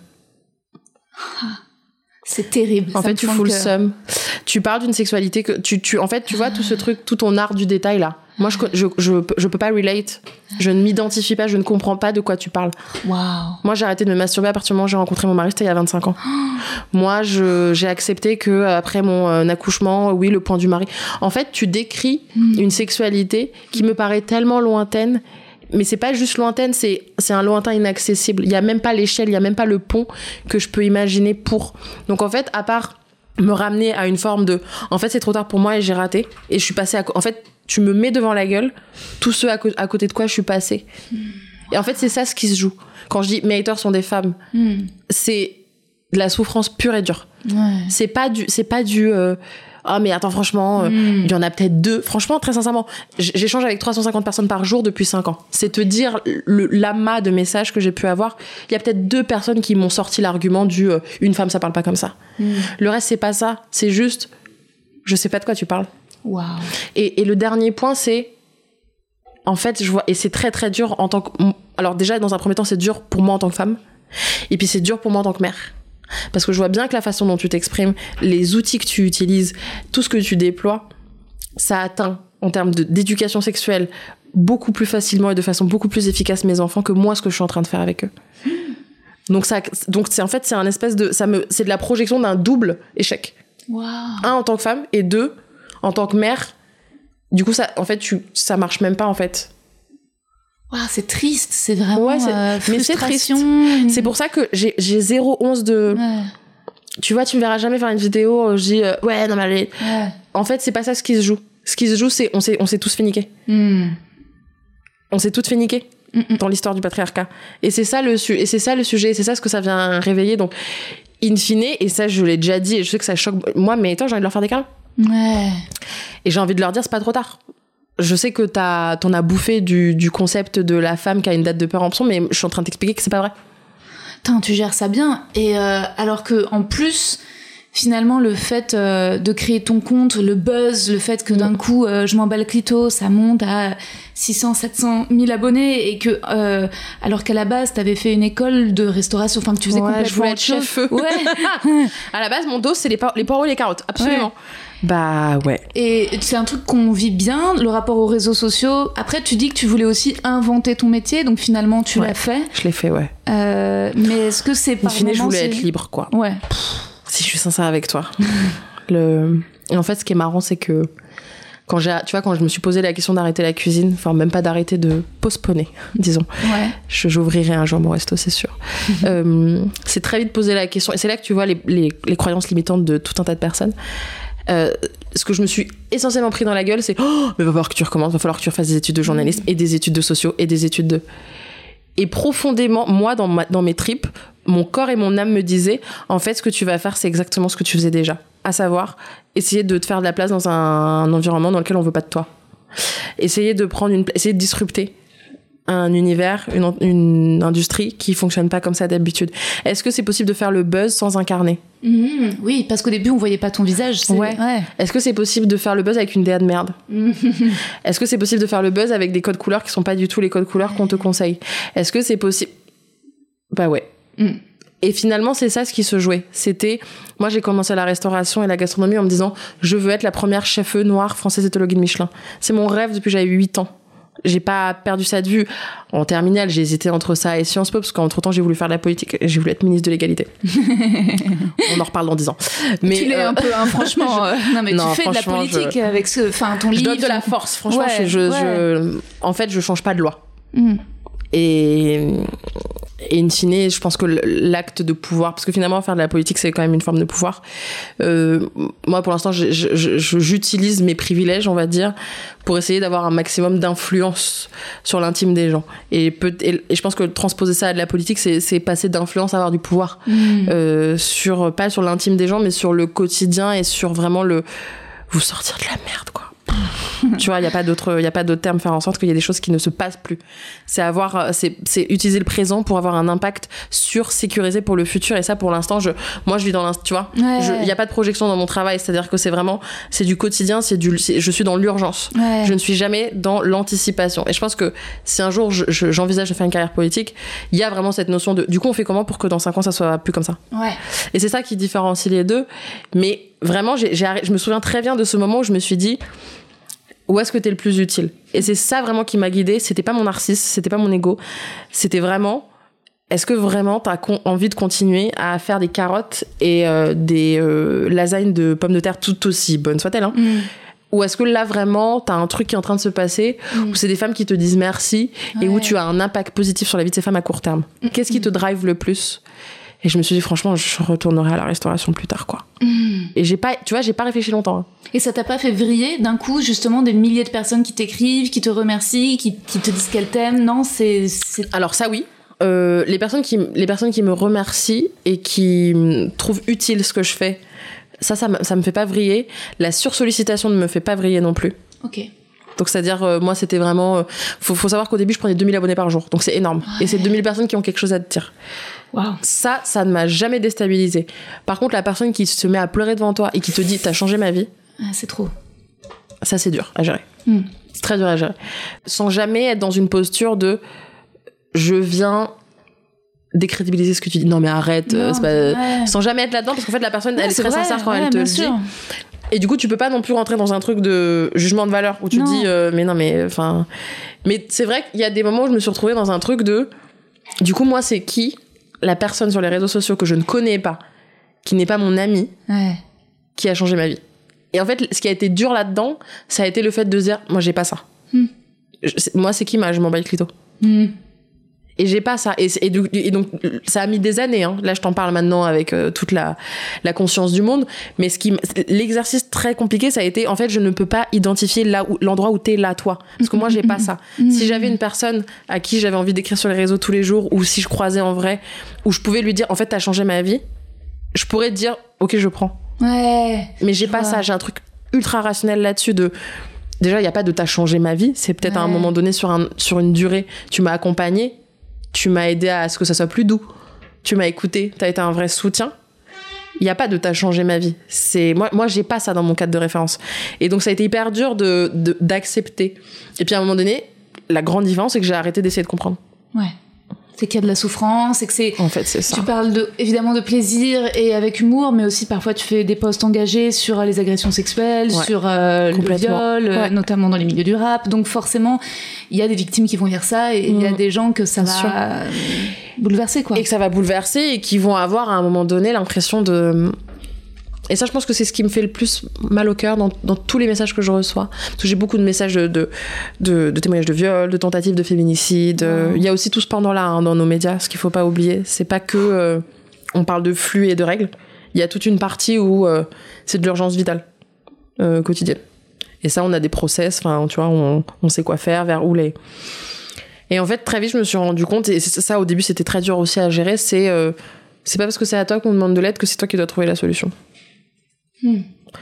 C'est terrible. En fait, tu fous le seum. Tu parles d'une sexualité que tu, tu, en fait, tu vois tout ce truc, tout ton art du détail là. Moi, je, je, je, je peux pas relate. Je ne m'identifie pas, je ne comprends pas de quoi tu parles. Wow. Moi, j'ai arrêté de me masturber à partir du moment où j'ai rencontré mon mari, c'était il y a vingt-cinq ans. Moi, je, j'ai accepté que après mon euh, accouchement, oui, le point du mari. En fait, tu décris mm. une sexualité qui me paraît tellement lointaine. Mais c'est pas juste lointaine, c'est, c'est un lointain inaccessible. Il y a même pas l'échelle, il y a même pas le pont que je peux imaginer pour. Donc en fait, à part me ramener à une forme de, en fait, c'est trop tard pour moi et j'ai raté. Et je suis passée à, en fait, tu me mets devant la gueule tous ceux à, co- à côté de quoi je suis passée. Mm. Et en fait, c'est ça ce qui se joue. Quand je dis mes haters sont des femmes, mm. c'est de la souffrance pure et dure. Ouais. C'est pas du, c'est pas du, euh, ah, mais attends, franchement, euh, mm. il y en a peut-être deux. Franchement, très sincèrement, j'échange avec trois cent cinquante personnes par jour depuis cinq ans. C'est te dire le, l'amas de messages que j'ai pu avoir. Il y a peut-être deux personnes qui m'ont sorti l'argument du euh, une femme, ça parle pas comme ça. Mm. Le reste, c'est pas ça. C'est juste, je sais pas de quoi tu parles. Wow. Et, et le dernier point, c'est en fait, je vois, et c'est très très dur en tant que, alors déjà dans un premier temps c'est dur pour moi en tant que femme, et puis c'est dur pour moi en tant que mère, parce que je vois bien que la façon dont tu t'exprimes, les outils que tu utilises, tout ce que tu déploies, ça atteint en termes de, d'éducation sexuelle beaucoup plus facilement et de façon beaucoup plus efficace mes enfants que moi ce que je suis en train de faire avec eux. Donc ça, donc c'est en fait c'est un espèce de, ça me, c'est de la projection d'un double échec. Wow. Un en tant que femme et deux en tant que mère. Du coup ça, en fait, tu, ça marche même pas en fait. Wow, c'est triste, c'est vraiment ouais, c'est, euh, mais c'est triste. Une... C'est pour ça que j'ai, j'ai zéro once de. Ouais. Tu vois, tu me verras jamais faire une vidéo. Je dis euh, ouais non mais allez. Ouais. En fait, c'est pas ça ce qui se joue. Ce qui se joue, c'est on s'est, on s'est tous fait niquer. Mm. On s'est toutes fait niquer. Mm-mm. Dans l'histoire du patriarcat. Et c'est ça le su- et c'est ça le sujet, et c'est ça ce que ça vient réveiller. Donc, in fine, et ça je l'ai déjà dit, et je sais que ça choque moi, mais toi j'ai envie de leur faire des câlins. Ouais. Et j'ai envie de leur dire c'est pas trop tard. Je sais que t'as, t'en as bouffé du, du concept de la femme qui a une date de péremption, mais je suis en train de t'expliquer que c'est pas vrai. Tain, tu gères ça bien. Et euh, alors que en plus. Finalement, le fait euh, de créer ton compte, le buzz, le fait que d'un coup, euh, je m'emballe clito, ça monte à six cents, sept cent mille abonnés, et que, euh, alors qu'à la base, t'avais fait une école de restauration, enfin que tu faisais ouais, complètement je voulais autre être chose. chef. Ouais. À la base, mon dos, c'est les, por- les poireaux et les carottes, absolument. Ouais. Bah ouais. Et c'est un truc qu'on vit bien, le rapport aux réseaux sociaux. Après, tu dis que tu voulais aussi inventer ton métier, donc finalement, tu ouais, l'as fait. Je l'ai fait, ouais. Euh, mais est-ce que c'est par In fine, je voulais c'est... être libre, quoi. Ouais. Si je suis sincère avec toi. le... Et en fait, ce qui est marrant, c'est que quand j'ai, tu vois, quand je me suis posé la question d'arrêter la cuisine, enfin même pas d'arrêter, de postponer, disons. Ouais. Je, j'ouvrirai un jour mon resto, c'est sûr. euh, c'est très vite poser la question, et c'est là que tu vois les, les, les croyances limitantes de tout un tas de personnes. Euh, ce que je me suis essentiellement pris dans la gueule, c'est oh, mais va falloir que tu recommences, va falloir que tu refasses des études de journalisme et des études de sociaux et des études de. Et profondément, moi, dans, ma, dans mes tripes, mon corps et mon âme me disaient, en fait, ce que tu vas faire, c'est exactement ce que tu faisais déjà. À savoir, essayer de te faire de la place dans un, un environnement dans lequel on veut pas de toi. Essayer de prendre une, essayer de disrupter un univers, une, une industrie qui fonctionne pas comme ça d'habitude. Est-ce que c'est possible de faire le buzz sans incarner ? Mmh, oui, parce qu'au début, on voyait pas ton visage. C'est... Ouais. ouais. Est-ce que c'est possible de faire le buzz avec une D A de merde ? Mmh. Est-ce que c'est possible de faire le buzz avec des codes couleurs qui sont pas du tout les codes couleurs qu'on te conseille ? Est-ce que c'est possible ? Bah ouais. Mmh. Et finalement, c'est ça ce qui se jouait. C'était, moi, j'ai commencé la restauration et la gastronomie en me disant, je veux être la première chef noire française éthologue de Michelin. C'est mon rêve depuis que j'avais huit ans. J'ai pas perdu ça de vue. En terminale, j'ai hésité entre ça et Sciences Po, parce qu'entre-temps, j'ai voulu faire de la politique. J'ai voulu être ministre de l'égalité. On en reparle dans dix ans. Mais tu l'es euh... un peu, hein, franchement. Euh... Non, mais non, tu fais de la politique je... avec ce, enfin, ton livre. Je donne de la force. Franchement, ouais, je, je, ouais. je, en fait, je change pas de loi. Mm. Et, et in fine, je pense que l'acte de pouvoir, parce que finalement faire de la politique c'est quand même une forme de pouvoir, euh, moi pour l'instant je, je, je, j'utilise mes privilèges, on va dire, pour essayer d'avoir un maximum d'influence sur l'intime des gens, et, peut, et, et je pense que transposer ça à de la politique c'est, c'est passer d'influence à avoir du pouvoir, mmh. euh, sur, pas sur l'intime des gens mais sur le quotidien et sur vraiment le vous sortir de la merde quoi. Tu vois, il y a pas d'autre, il y a pas d'autre terme, faire en sorte qu'il y ait des choses qui ne se passent plus. C'est avoir, c'est, c'est utiliser le présent pour avoir un impact sur sécuriser pour le futur. Et ça, pour l'instant, je, moi, je vis dans l'instant, tu vois. Ouais. Il y a pas de projection dans mon travail, c'est-à-dire que c'est vraiment, c'est du quotidien, c'est du, c'est, je suis dans l'urgence. Ouais. Je ne suis jamais dans l'anticipation. Et je pense que si un jour je, je, j'envisage de faire une carrière politique, il y a vraiment cette notion de, du coup, on fait comment pour que dans cinq ans ça soit plus comme ça. Ouais. Et c'est ça qui différencie les deux. Mais vraiment, j'ai, j'ai arrêté, je me souviens très bien de ce moment où je me suis dit, où est-ce que t'es le plus utile ? Et c'est ça vraiment qui m'a guidée. C'était pas mon narcisse, c'était pas mon ego. C'était vraiment, est-ce que vraiment t'as con- envie de continuer à faire des carottes et euh, des euh, lasagnes de pommes de terre tout aussi bonnes soient-elles, hein ? mm. Ou est-ce que là vraiment t'as un truc qui est en train de se passer, mm. où c'est des femmes qui te disent merci, ouais. et où tu as un impact positif sur la vie de ces femmes à court terme ? mm. Qu'est-ce qui te drive le plus ? Et je me suis dit, franchement, je retournerai à la restauration plus tard, quoi. Mm. Et j'ai pas, tu vois, j'ai pas réfléchi longtemps. Hein. Et ça t'a pas fait vriller d'un coup, justement, des milliers de personnes qui t'écrivent, qui te remercient, qui, qui te disent qu'elles t'aiment ? Non, c'est, c'est... Alors ça, oui. Euh, les personnes qui, les personnes qui me remercient et qui trouvent utile ce que je fais, ça, ça, ça me fait pas vriller. La sursollicitation ne me fait pas vriller non plus. Ok. Donc, c'est-à-dire, euh, moi, c'était vraiment... Euh, faut, faut savoir qu'au début, je prenais deux mille abonnés par jour. Donc, c'est énorme. Ouais. Et c'est deux mille personnes qui ont quelque chose à te dire. Wow. Ça, ça ne m'a jamais déstabilisée. Par contre, la personne qui se met à pleurer devant toi et qui te dit « T'as changé ma vie », ah, c'est trop. Ça, c'est dur à gérer. Mm. C'est très dur à gérer. Sans jamais être dans une posture de je viens décrédibiliser ce que tu dis. Non, mais arrête. Non, euh, c'est pas... ouais. Sans jamais être là-dedans, parce qu'en fait, la personne, Ouais, elle est c'est très vrai, sincère quand ouais, elle te bien le sûr. dit. Et du coup, tu peux pas non plus rentrer dans un truc de jugement de valeur où tu Non. te dis, euh, mais non, mais enfin. Mais c'est vrai qu'il y a des moments où je me suis retrouvée dans un truc de. Du coup, moi, c'est qui la personne sur les réseaux sociaux que je ne connais pas, qui n'est pas mon ami, Ouais. qui a changé ma vie. Et en fait, ce qui a été dur là-dedans, ça a été le fait de dire, moi, j'ai pas ça. Hmm. Je- c'est- moi, c'est qui, ma, je m'en bats le clito. Mm. Et j'ai pas ça. Et, c'est- et, du- et donc, ça a mis des années. Hein. Là, je t'en parle maintenant avec euh, toute la, la conscience du monde. Mais ce qui, m- l'exercice très compliqué, ça a été, en fait, je ne peux pas identifier là où, l'endroit où t'es là, toi. Parce que moi, j'ai pas ça. Si j'avais une personne à qui j'avais envie d'écrire sur les réseaux tous les jours, ou si je croisais en vrai, où je pouvais lui dire, en fait, t'as changé ma vie, je pourrais te dire, ok, je prends. Ouais. Mais j'ai Je pas vois. ça. J'ai un truc ultra rationnel là-dessus de. Déjà, il y a pas de t'as changé ma vie. C'est peut-être à un Ouais. moment donné, sur, un, sur une durée, tu m'as accompagné, tu m'as aidé à ce que ça soit plus doux, tu m'as écouté, t'as été un vrai soutien. Il y a pas de t'as changé ma vie. C'est moi, moi j'ai pas ça dans mon cadre de référence. Et donc ça a été hyper dur de, de d'accepter. Et puis à un moment donné, la grande différence, c'est que j'ai arrêté d'essayer de comprendre. Ouais. C'est qu'il y a de la souffrance, et que c'est. En fait, c'est ça. Tu parles de, évidemment de plaisir et avec humour, mais aussi parfois tu fais des posts engagés sur les agressions sexuelles, Ouais. sur euh, le Complètement. viol, euh, Ouais. notamment dans les milieux du rap. Donc forcément, il y a des victimes qui vont lire ça et il y a Mhm. des gens que ça Bien va sûr. euh, bouleverser, quoi. Et que ça va bouleverser et qui vont avoir à un moment donné l'impression de. Et ça, je pense que c'est ce qui me fait le plus mal au cœur dans, dans tous les messages que je reçois. Parce que j'ai beaucoup de messages de, de, de, de témoignages de viol, de tentatives de féminicide. Euh, Il y a aussi tout ce pendant-là hein, dans nos médias, ce qu'il faut pas oublier. C'est pas que euh, on parle de flux et de règles. Il y a toute une partie où euh, c'est de l'urgence vitale euh, quotidienne. Et ça, on a des process, enfin, tu vois, on, on sait quoi faire, vers où les. Et en fait, très vite, je me suis rendu compte, et c'est ça, au début, c'était très dur aussi à gérer, c'est euh, c'est pas parce que c'est à toi qu'on demande de l'aide que c'est toi qui dois trouver la solution. Hmm.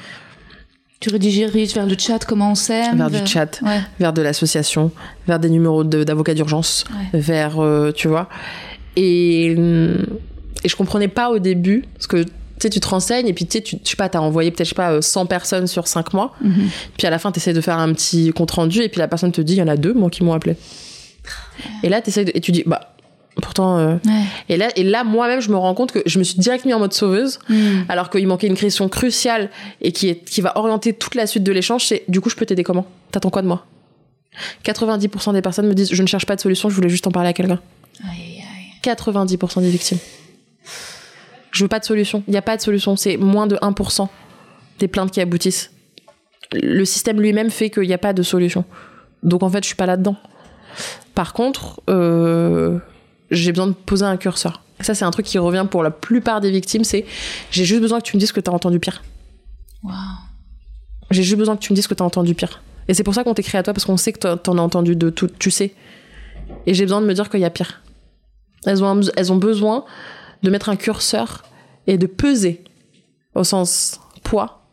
Tu rediriges vers le chat, comment on s'aime Vers du chat, Ouais. vers de l'association, vers des numéros de- d'avocats d'urgence, Ouais. vers, euh, tu vois. Et, hum, et je comprenais pas au début, parce que tu sais, tu te renseignes, et puis tu sais, tu- je sais pas, t'as envoyé peut-être, je sais pas, euh, cent personnes sur cinq mois, Mhm. puis à la fin, t'essaies de faire un petit compte-rendu, et puis la personne te dit, il y en a deux, moi, qui m'ont appelé. Et là, t'essayes de- et tu dis, bah, pourtant... euh, Ouais. Et là, et là, moi-même, je me rends compte que je me suis direct mis en mode sauveuse, Hmm. alors qu'il manquait une question cruciale et qui, est, qui va orienter toute la suite de l'échange, c'est du coup, je peux t'aider comment ? T'attends quoi de moi ? quatre-vingt-dix pour cent des personnes me disent je ne cherche pas de solution, je voulais juste en parler à quelqu'un. Aïe, aïe. quatre-vingt-dix pour cent des victimes. Je veux pas de solution. Il n'y a pas de solution. C'est moins de un pour cent des plaintes qui aboutissent. Le système lui-même fait qu'il n'y a pas de solution. Donc en fait, je suis pas là-dedans. Par contre, euh, j'ai besoin de poser un curseur. Ça, c'est un truc qui revient pour la plupart des victimes, c'est j'ai juste besoin que tu me dises que t'as entendu pire. Waouh. J'ai juste besoin que tu me dises que t'as entendu pire. Et c'est pour ça qu'on t'écrit à toi, parce qu'on sait que t'en- t'en as entendu de tout, tu sais. Et j'ai besoin de me dire qu'il y a pire. Elles ont, un- elles ont besoin de mettre un curseur et de peser, au sens poids,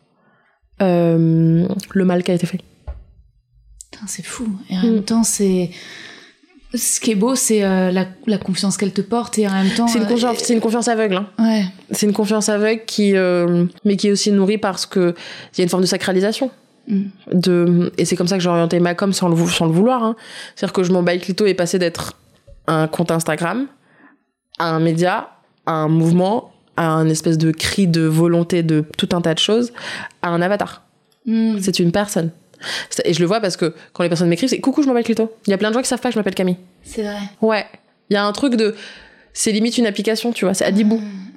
euh, le mal qui a été fait. Putain, c'est fou. Et en même temps, c'est. Ce qui est beau, c'est euh, la, la confiance qu'elle te porte et en même temps. C'est une, euh, confiance, c'est une confiance aveugle. Hein. Ouais. C'est une confiance aveugle qui, euh, mais qui est aussi nourrie parce que il y a une forme de sacralisation. Mm. De, et c'est comme ça que j'ai orienté ma com sans le, vou- sans le vouloir. Hein. C'est-à-dire que je m'en bats le clito est passé d'être un compte Instagram à un média, à un mouvement, à un espèce de cri de volonté de tout un tas de choses, à un avatar. Mm. C'est une personne. C'est- Et je le vois parce que quand les personnes m'écrivent, c'est coucou, je m'en bats le clito. Il y a plein de gens qui savent pas que je m'appelle Camille. C'est vrai. Ouais. Il y a un truc de. C'est limite une application, tu vois. C'est Adibou.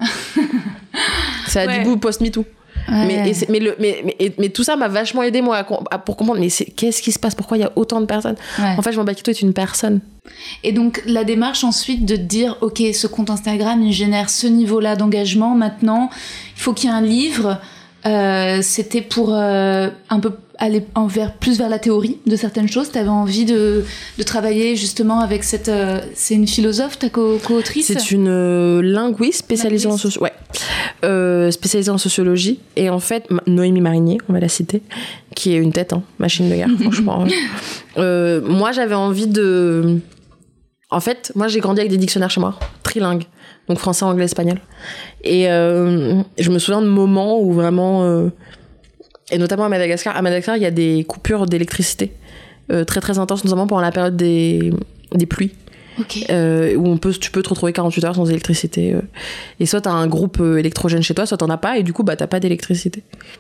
C'est Adibou Ouais. post-MeToo. Ouais. Mais, et c'est- mais, le, mais, mais, et- mais tout ça m'a vachement aidé, moi, à, com- à- pour comprendre. Mais c'est, qu'est-ce qui se passe ? Pourquoi il y a autant de personnes ? Ouais. En fait, je m'en bats le clito est une personne. Et donc, la démarche ensuite de te dire, ok, ce compte Instagram, il génère ce niveau-là d'engagement. Maintenant, il faut qu'il y ait un livre. Euh, c'était pour euh, un peu aller en vers, plus vers la théorie de certaines choses. Tu avais envie de, de travailler justement avec cette... euh, c'est une philosophe, ta co- co-autrice ? C'est une euh, linguiste spécialisée en Linguiste. socio- ouais. Euh, spécialisée en sociologie. Et en fait, Ma- Noémie Marinier, on va la citer, qui est une tête, hein, machine de guerre, franchement. Ouais. Euh, moi, j'avais envie de... En fait, moi, j'ai grandi avec des dictionnaires chez moi, trilingues. Donc français, anglais, espagnol. Et euh, je me souviens de moments où vraiment... euh, et notamment à Madagascar. À Madagascar, il y a des coupures d'électricité euh, très très intenses, notamment pendant la période des, des pluies. Okay. Euh, où on peut, tu peux te retrouver quarante-huit heures sans électricité. Euh, et soit t'as un groupe euh, électrogène chez toi, soit t'en as pas, et du coup, bah, t'as pas d'électricité.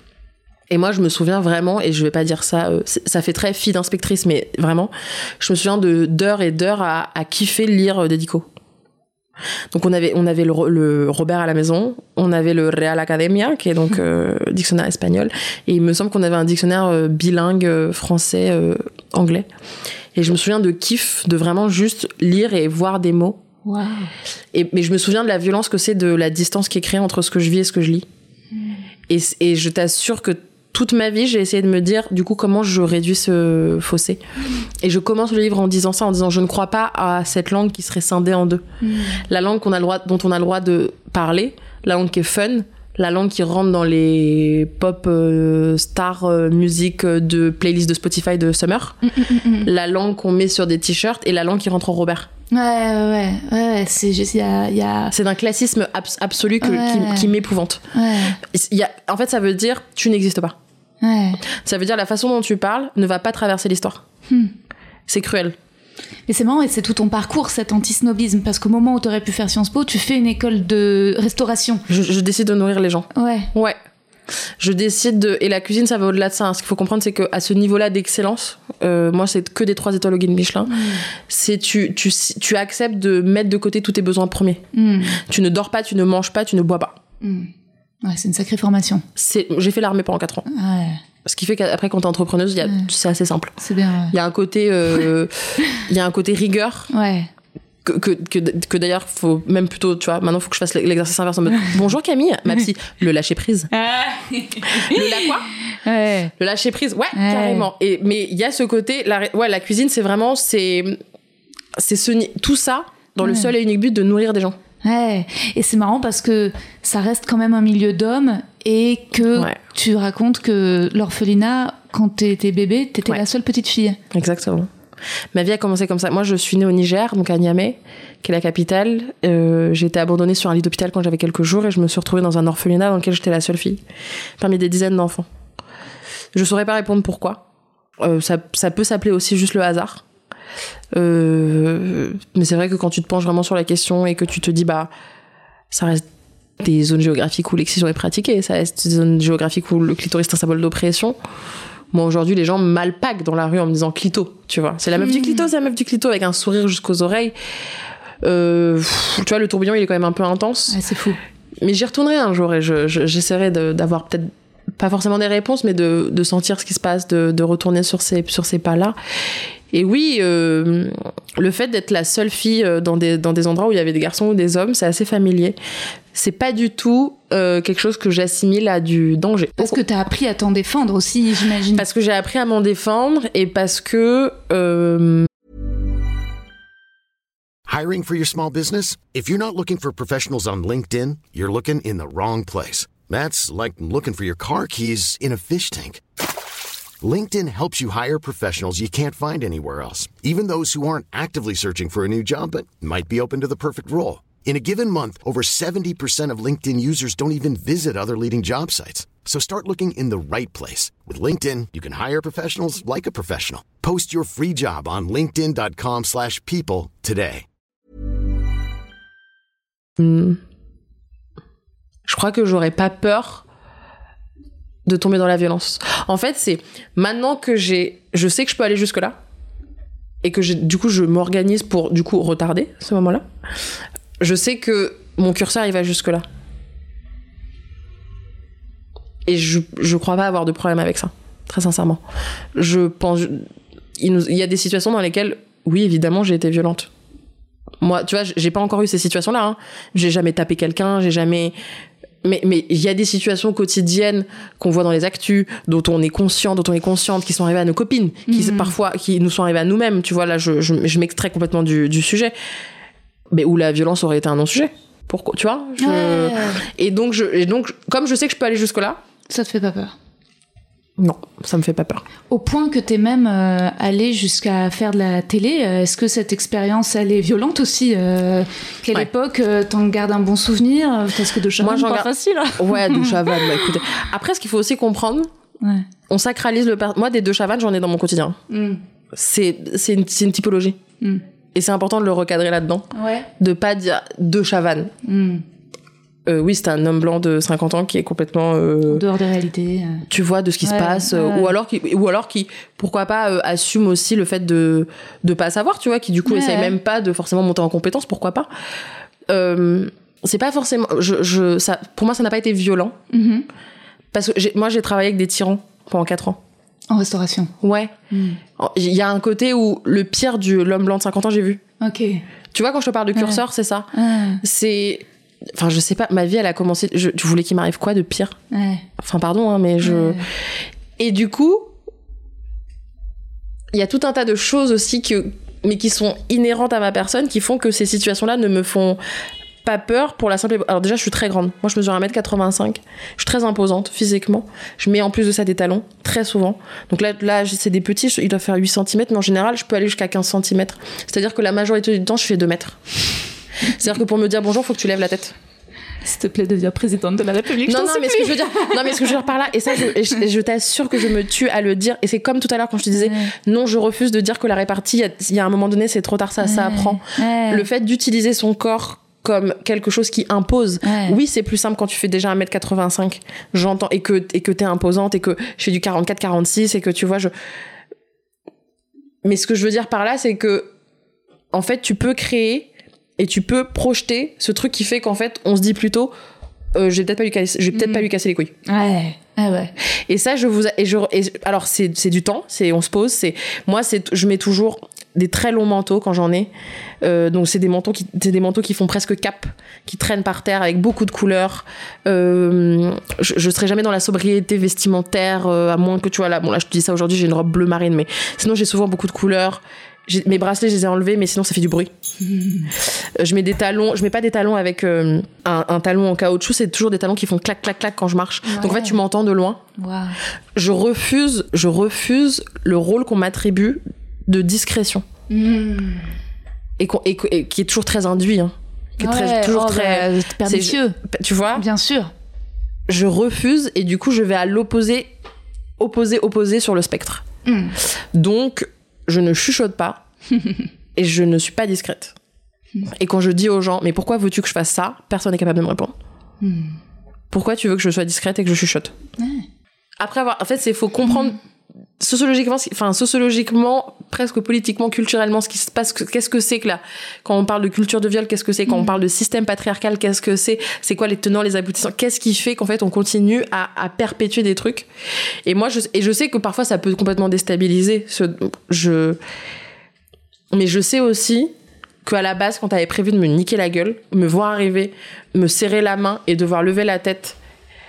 Et moi, je me souviens vraiment, et je vais pas dire ça, euh, ça fait très fille d'inspectrice, mais vraiment, je me souviens de, d'heures et d'heures à, à kiffer lire euh, des dicos. Donc on avait, on avait le, le Robert à la maison, on avait le Real Academia, qui est donc euh, dictionnaire espagnol, et il me semble qu'on avait un dictionnaire euh, bilingue euh, français-anglais. Euh, et je me souviens de kiff, de vraiment juste lire et voir des mots. Wow. Et, mais je me souviens de la violence que c'est, de la distance qui est créée entre ce que je vis et ce que je lis. Mm. Et, et je t'assure que toute ma vie, j'ai essayé de me dire, du coup, comment je réduis ce fossé. Mm. Et je commence le livre en disant ça, en disant, je ne crois pas à cette langue qui serait scindée en deux. Mm. La langue qu'on a le droit, dont on a le droit de parler, la langue qui est fun, la langue qui rentre dans les pop euh, stars euh, musique de playlist de Spotify de Summer, mm, mm, mm. la langue qu'on met sur des t-shirts et la langue qui rentre en Robert. Ouais, ouais, ouais, ouais, c'est juste, il y a, y a... C'est d'un classisme abs- absolu que, ouais. qui, qui m'épouvante. Ouais. Y a, en fait, ça veut dire, tu n'existes pas. Ouais. Ça veut dire, la façon dont tu parles ne va pas traverser l'histoire. Hmm. C'est cruel. Mais c'est marrant, et c'est tout ton parcours, cet antisnobisme, parce qu'au moment où t'aurais pu faire Sciences Po, tu fais une école de restauration. Je, je décide de nourrir les gens. Ouais. Ouais. Je décide de... Et la cuisine, ça va au-delà de ça. Hein. Ce qu'il faut comprendre, c'est qu'à ce niveau-là d'excellence, euh, moi, c'est que des trois étoiles au guide Michelin, mmh. c'est tu, tu, tu acceptes de mettre de côté tous tes besoins premiers. Mmh. Tu ne dors pas, tu ne manges pas, tu ne bois pas. Mmh. Ouais, c'est une sacrée formation. C'est... J'ai fait l'armée pendant quatre ans. Ouais. Ce qui fait qu'après, quand t'es entrepreneuse, y a... ouais. c'est assez simple. C'est bien, ouais. Il y a un côté, euh, il y a un côté rigueur. Ouais. Que, que, que, que d'ailleurs, faut même plutôt, tu vois, maintenant, faut que je fasse l'exercice inverse en mode bonjour Camille, ma psy, le lâcher prise. Le la quoi ouais. Le lâcher prise, ouais, ouais. carrément. Et, mais il y a ce côté, la, ouais, la cuisine, c'est vraiment, c'est, c'est ce, tout ça dans ouais. le seul et unique but de nourrir des gens. Ouais, et c'est marrant parce que ça reste quand même un milieu d'hommes et que ouais. tu racontes que l'orphelinat, quand t'étais bébé, t'étais ouais. la seule petite fille. Exactement. Ma vie a commencé comme ça. Moi, je suis née au Niger, donc à Niamey, qui est la capitale. Euh, j'ai été abandonnée sur un lit d'hôpital quand j'avais quelques jours et je me suis retrouvée dans un orphelinat dans lequel j'étais la seule fille, parmi des dizaines d'enfants. Je saurais pas répondre pourquoi. Euh, ça, ça peut s'appeler aussi juste le hasard. Euh, mais c'est vrai que quand tu te penches vraiment sur la question et que tu te dis, bah, ça reste des zones géographiques où l'excision est pratiquée, ça reste des zones géographiques où le clitoris est un symbole d'oppression. Moi, aujourd'hui, les gens m'alpaguent dans la rue en me disant clito, tu vois. C'est la meuf mmh. du clito, c'est la meuf du clito, avec un sourire jusqu'aux oreilles. Euh, tu vois, le tourbillon, il est quand même un peu intense. Ouais, c'est fou. Mais j'y retournerai un jour et je, je, j'essaierai de, d'avoir peut-être, pas forcément des réponses, mais de, de sentir ce qui se passe, de, de retourner sur ces, sur ces pas-là. Et oui, euh, le fait d'être la seule fille dans des, dans des endroits où il y avait des garçons ou des hommes, c'est assez familier. C'est pas du tout euh, quelque chose que j'assimile à du danger. Parce que t'as appris à t'en défendre aussi, j'imagine. Parce que j'ai appris à m'en défendre et parce que... Euh... Hiring for your small business? If you're not looking for professionals on LinkedIn, you're looking in the wrong place. That's like looking for your car keys in a fish tank. LinkedIn helps you hire professionals you can't find anywhere else, even those who aren't actively searching for a new job but might be open to the perfect role. In a given month, over seventy percent of LinkedIn users don't even visit other leading job sites. So start looking in the right place. With LinkedIn, you can hire professionals like a professional. Post your free job on linkedin dot com slash people today. Hmm. Je crois que j'aurais pas peur de tomber dans la violence. En fait, c'est maintenant que j'ai... Je sais que je peux aller jusque-là et que j'ai, du coup, je m'organise pour, du coup, retarder ce moment-là. Je sais que mon curseur, il va jusque-là. Et je, je crois pas avoir de problème avec ça, très sincèrement. Je pense... Il, nous, il y a des situations dans lesquelles, oui, évidemment, j'ai été violente. Moi, tu vois, j'ai pas encore eu ces situations-là. Hein. J'ai jamais tapé quelqu'un, j'ai jamais... Mais mais il y a des situations quotidiennes qu'on voit dans les actus, dont on est conscient, dont on est consciente, qui sont arrivées à nos copines, qui mmh. parfois, qui nous sont arrivées à nous-mêmes. Tu vois, là, je, je, je m'extrais complètement du, du sujet. Mais où la violence aurait été un non-sujet. Pourquoi, tu vois je... ouais. et, donc, je, et donc, comme je sais que je peux aller jusque-là... Ça te fait pas peur? Non, ça me fait pas peur. Au point que t'es même euh, allé jusqu'à faire de la télé, est-ce que cette expérience, elle est violente aussi? euh, Quelle ouais. époque euh, t'en gardes un bon souvenir? Parce que de Chavannes, c'est pas garde... facile. Ouais, de Chavannes, bah, écoutez. Après, ce qu'il faut aussi comprendre, Ouais. On sacralise le... Per... Moi, des deux Chavannes, j'en ai dans mon quotidien. Mm. C'est, c'est, une, c'est une typologie. Mm. Et c'est important de le recadrer là-dedans. Ouais. De pas dire deux Chavannes. Mm. Euh, oui, c'est un homme blanc de cinquante ans qui est complètement... Euh, en dehors des réalités. Tu vois, de ce qui ouais, se passe. ouais. Euh, ou, alors qui, ou alors qui, pourquoi pas, euh, assume aussi le fait de ne pas savoir, tu vois, qui du coup ouais. essaye même pas de forcément monter en compétence, pourquoi pas. Euh, c'est pas forcément... Je, je, ça, pour moi, ça n'a pas été violent. Mm-hmm. Parce que j'ai, moi, j'ai travaillé avec des tyrans pendant quatre ans. En restauration. Ouais. Il mm. y a un côté où le pire de l'homme blanc de cinquante ans, j'ai vu. Ok. Tu vois, quand je te parle de curseur, ouais. c'est ça. Ouais. C'est... Enfin, je sais pas, ma vie, elle a commencé... Je, tu voulais qu'il m'arrive quoi de pire ? Ouais. Enfin, pardon, hein, mais je... Ouais. Et du coup, il y a tout un tas de choses aussi, que, mais qui sont inhérentes à ma personne, qui font que ces situations-là ne me font pas peur pour la simple... Alors déjà, je suis très grande. Moi, je mesure un mètre quatre-vingt-cinq. Je suis très imposante physiquement. Je mets en plus de ça des talons, très souvent. Donc là, là c'est des petits, ils doivent faire huit centimètres, mais en général, je peux aller jusqu'à quinze centimètres. C'est-à-dire que la majorité du temps, je fais deux mètres. C'est-à-dire que pour me dire bonjour, faut que tu lèves la tête. S'il te plaît, deviens présidente de la République. Non, non, mais ce que je veux dire, non, mais ce que je veux dire par là, et ça, je, je, je t'assure que je me tue à le dire. Et c'est comme tout à l'heure quand je te disais, ouais. non, je refuse de dire que la répartie, il y a un moment donné, c'est trop tard, ça, ouais. ça apprend. Ouais. Le fait d'utiliser son corps comme quelque chose qui impose. Ouais. Oui, c'est plus simple quand tu fais déjà un mètre quatre-vingt-cinq, j'entends, et que, et que t'es imposante, et que je fais du quarante-quatre quarante-six, et que tu vois, je. Mais ce que je veux dire par là, c'est que, en fait, tu peux créer. Et tu peux projeter ce truc qui fait qu'en fait, on se dit plutôt, euh, je vais peut-être pas lui casser, je vais peut-être mmh. pas lui casser les couilles. Ouais, ah ouais. Et ça, je vous, et je, et, alors c'est c'est du temps, c'est on se pose, c'est moi, c'est je mets toujours des très longs manteaux quand j'en ai. Euh, donc c'est des manteaux qui, c'est des manteaux qui font presque cap, qui traînent par terre avec beaucoup de couleurs. Euh, je, je serai jamais dans la sobriété vestimentaire, euh, à moins que tu vois là, bon là je te dis ça aujourd'hui, j'ai une robe bleu marine, mais sinon j'ai souvent beaucoup de couleurs. J'ai, mes bracelets, je les ai enlevés, mais sinon ça fait du bruit. Mmh. Je mets des talons, je mets pas des talons avec euh, un, un talon en caoutchouc, c'est toujours des talons qui font clac, clac, clac quand je marche. Ouais. Donc en fait, tu m'entends de loin. Wow. Je refuse, je refuse le rôle qu'on m'attribue de discrétion. Mmh. Et, qu'on, et, et qui est toujours très induit. Hein. Qui est ouais, très, toujours oh, très. Bah, pernicieux. Tu vois ? Bien sûr. Je refuse, et du coup, je vais à l'opposé, opposé, opposé sur le spectre. Mmh. Donc, je ne chuchote pas et je ne suis pas discrète. Et quand je dis aux gens, mais pourquoi veux-tu que je fasse ça ? Personne n'est capable de me répondre. Mm. Pourquoi tu veux que je sois discrète et que je chuchote ? Ouais. Après avoir, en fait, c'est faut comprendre mm. sociologiquement, enfin sociologiquement, presque politiquement, culturellement, ce qui se passe. Qu'est-ce que c'est que là ? Quand on parle de culture de viol, qu'est-ce que c'est ? Quand mm. on parle de système patriarcal, qu'est-ce que c'est ? C'est quoi les tenants, les aboutissants ? Qu'est-ce qui fait qu'en fait on continue à, à perpétuer des trucs ? Et moi, je, et je sais que parfois ça peut complètement déstabiliser. Ce, je, mais je sais aussi qu'à la base, quand t'avais prévu de me niquer la gueule, me voir arriver, me serrer la main et devoir lever la tête,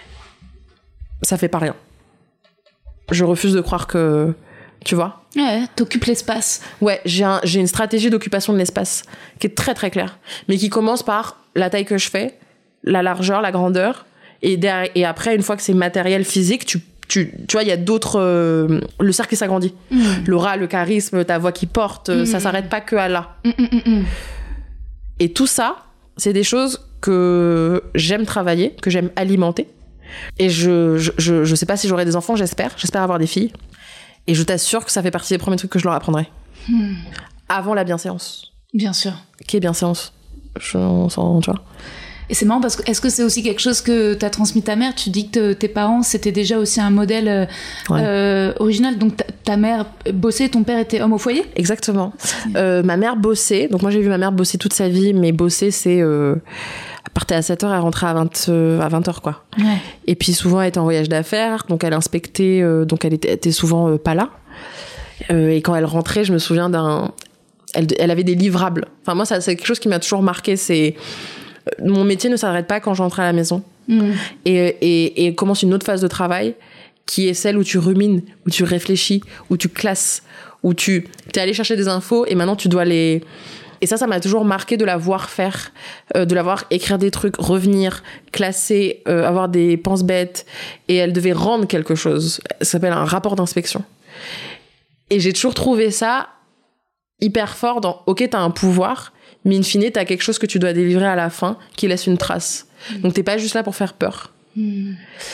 ça fait pas rien. Je refuse de croire que... Tu vois ? Ouais, t'occupes l'espace. Ouais, j'ai, un, j'ai une stratégie d'occupation de l'espace qui est très très claire, mais qui commence par la taille que je fais, la largeur, la grandeur, et, derrière, et après, une fois que c'est matériel, physique, tu, tu, tu vois, il y a d'autres... Euh, le cercle s'agrandit. Mmh. L'aura, le charisme, ta voix qui porte, mmh. ça s'arrête pas que à là. Mmh, mmh, mmh. Et tout ça, c'est des choses que j'aime travailler, que j'aime alimenter. Et je, je, je, je sais pas si j'aurai des enfants, j'espère. J'espère avoir des filles. Et je t'assure que ça fait partie des premiers trucs que je leur apprendrai. Hmm. Avant la bienséance. Bien sûr. Qui est bienséance ? Je, on s'en, tu vois. Et c'est marrant parce que est-ce que c'est aussi quelque chose que t'as transmis ta mère ? Tu dis que tes parents, c'était déjà aussi un modèle euh, ouais. euh, original. Donc ta, ta mère bossait, ton père était homme au foyer ? Exactement. Euh, ma mère bossait. Donc moi, j'ai vu ma mère bosser toute sa vie. Mais bosser, c'est... Euh, elle partait à sept heures, elle rentrait à vingt, euh, à vingt heures, quoi. Ouais. Et puis souvent, elle était en voyage d'affaires. Donc elle inspectait. Euh, donc elle était, était souvent euh, pas là. Euh, et quand elle rentrait, je me souviens d'un... Elle, elle avait des livrables. Enfin, moi, ça, c'est quelque chose qui m'a toujours marqué. C'est... Mon métier ne s'arrête pas quand j'entre à la maison. Mmh. Et, et, et commence une autre phase de travail qui est celle où tu rumines, où tu réfléchis, où tu classes, où tu t'es allé chercher des infos et maintenant tu dois les... Et ça, ça m'a toujours marqué de la voir faire, euh, de la voir écrire des trucs, revenir, classer, euh, avoir des pense-bêtes. Et elle devait rendre quelque chose. Ça s'appelle un rapport d'inspection. Et j'ai toujours trouvé ça hyper fort dans, ok, t'as un pouvoir, mais in fine, t'as quelque chose que tu dois délivrer à la fin qui laisse une trace. Mmh. Donc t'es pas juste là pour faire peur. Mmh.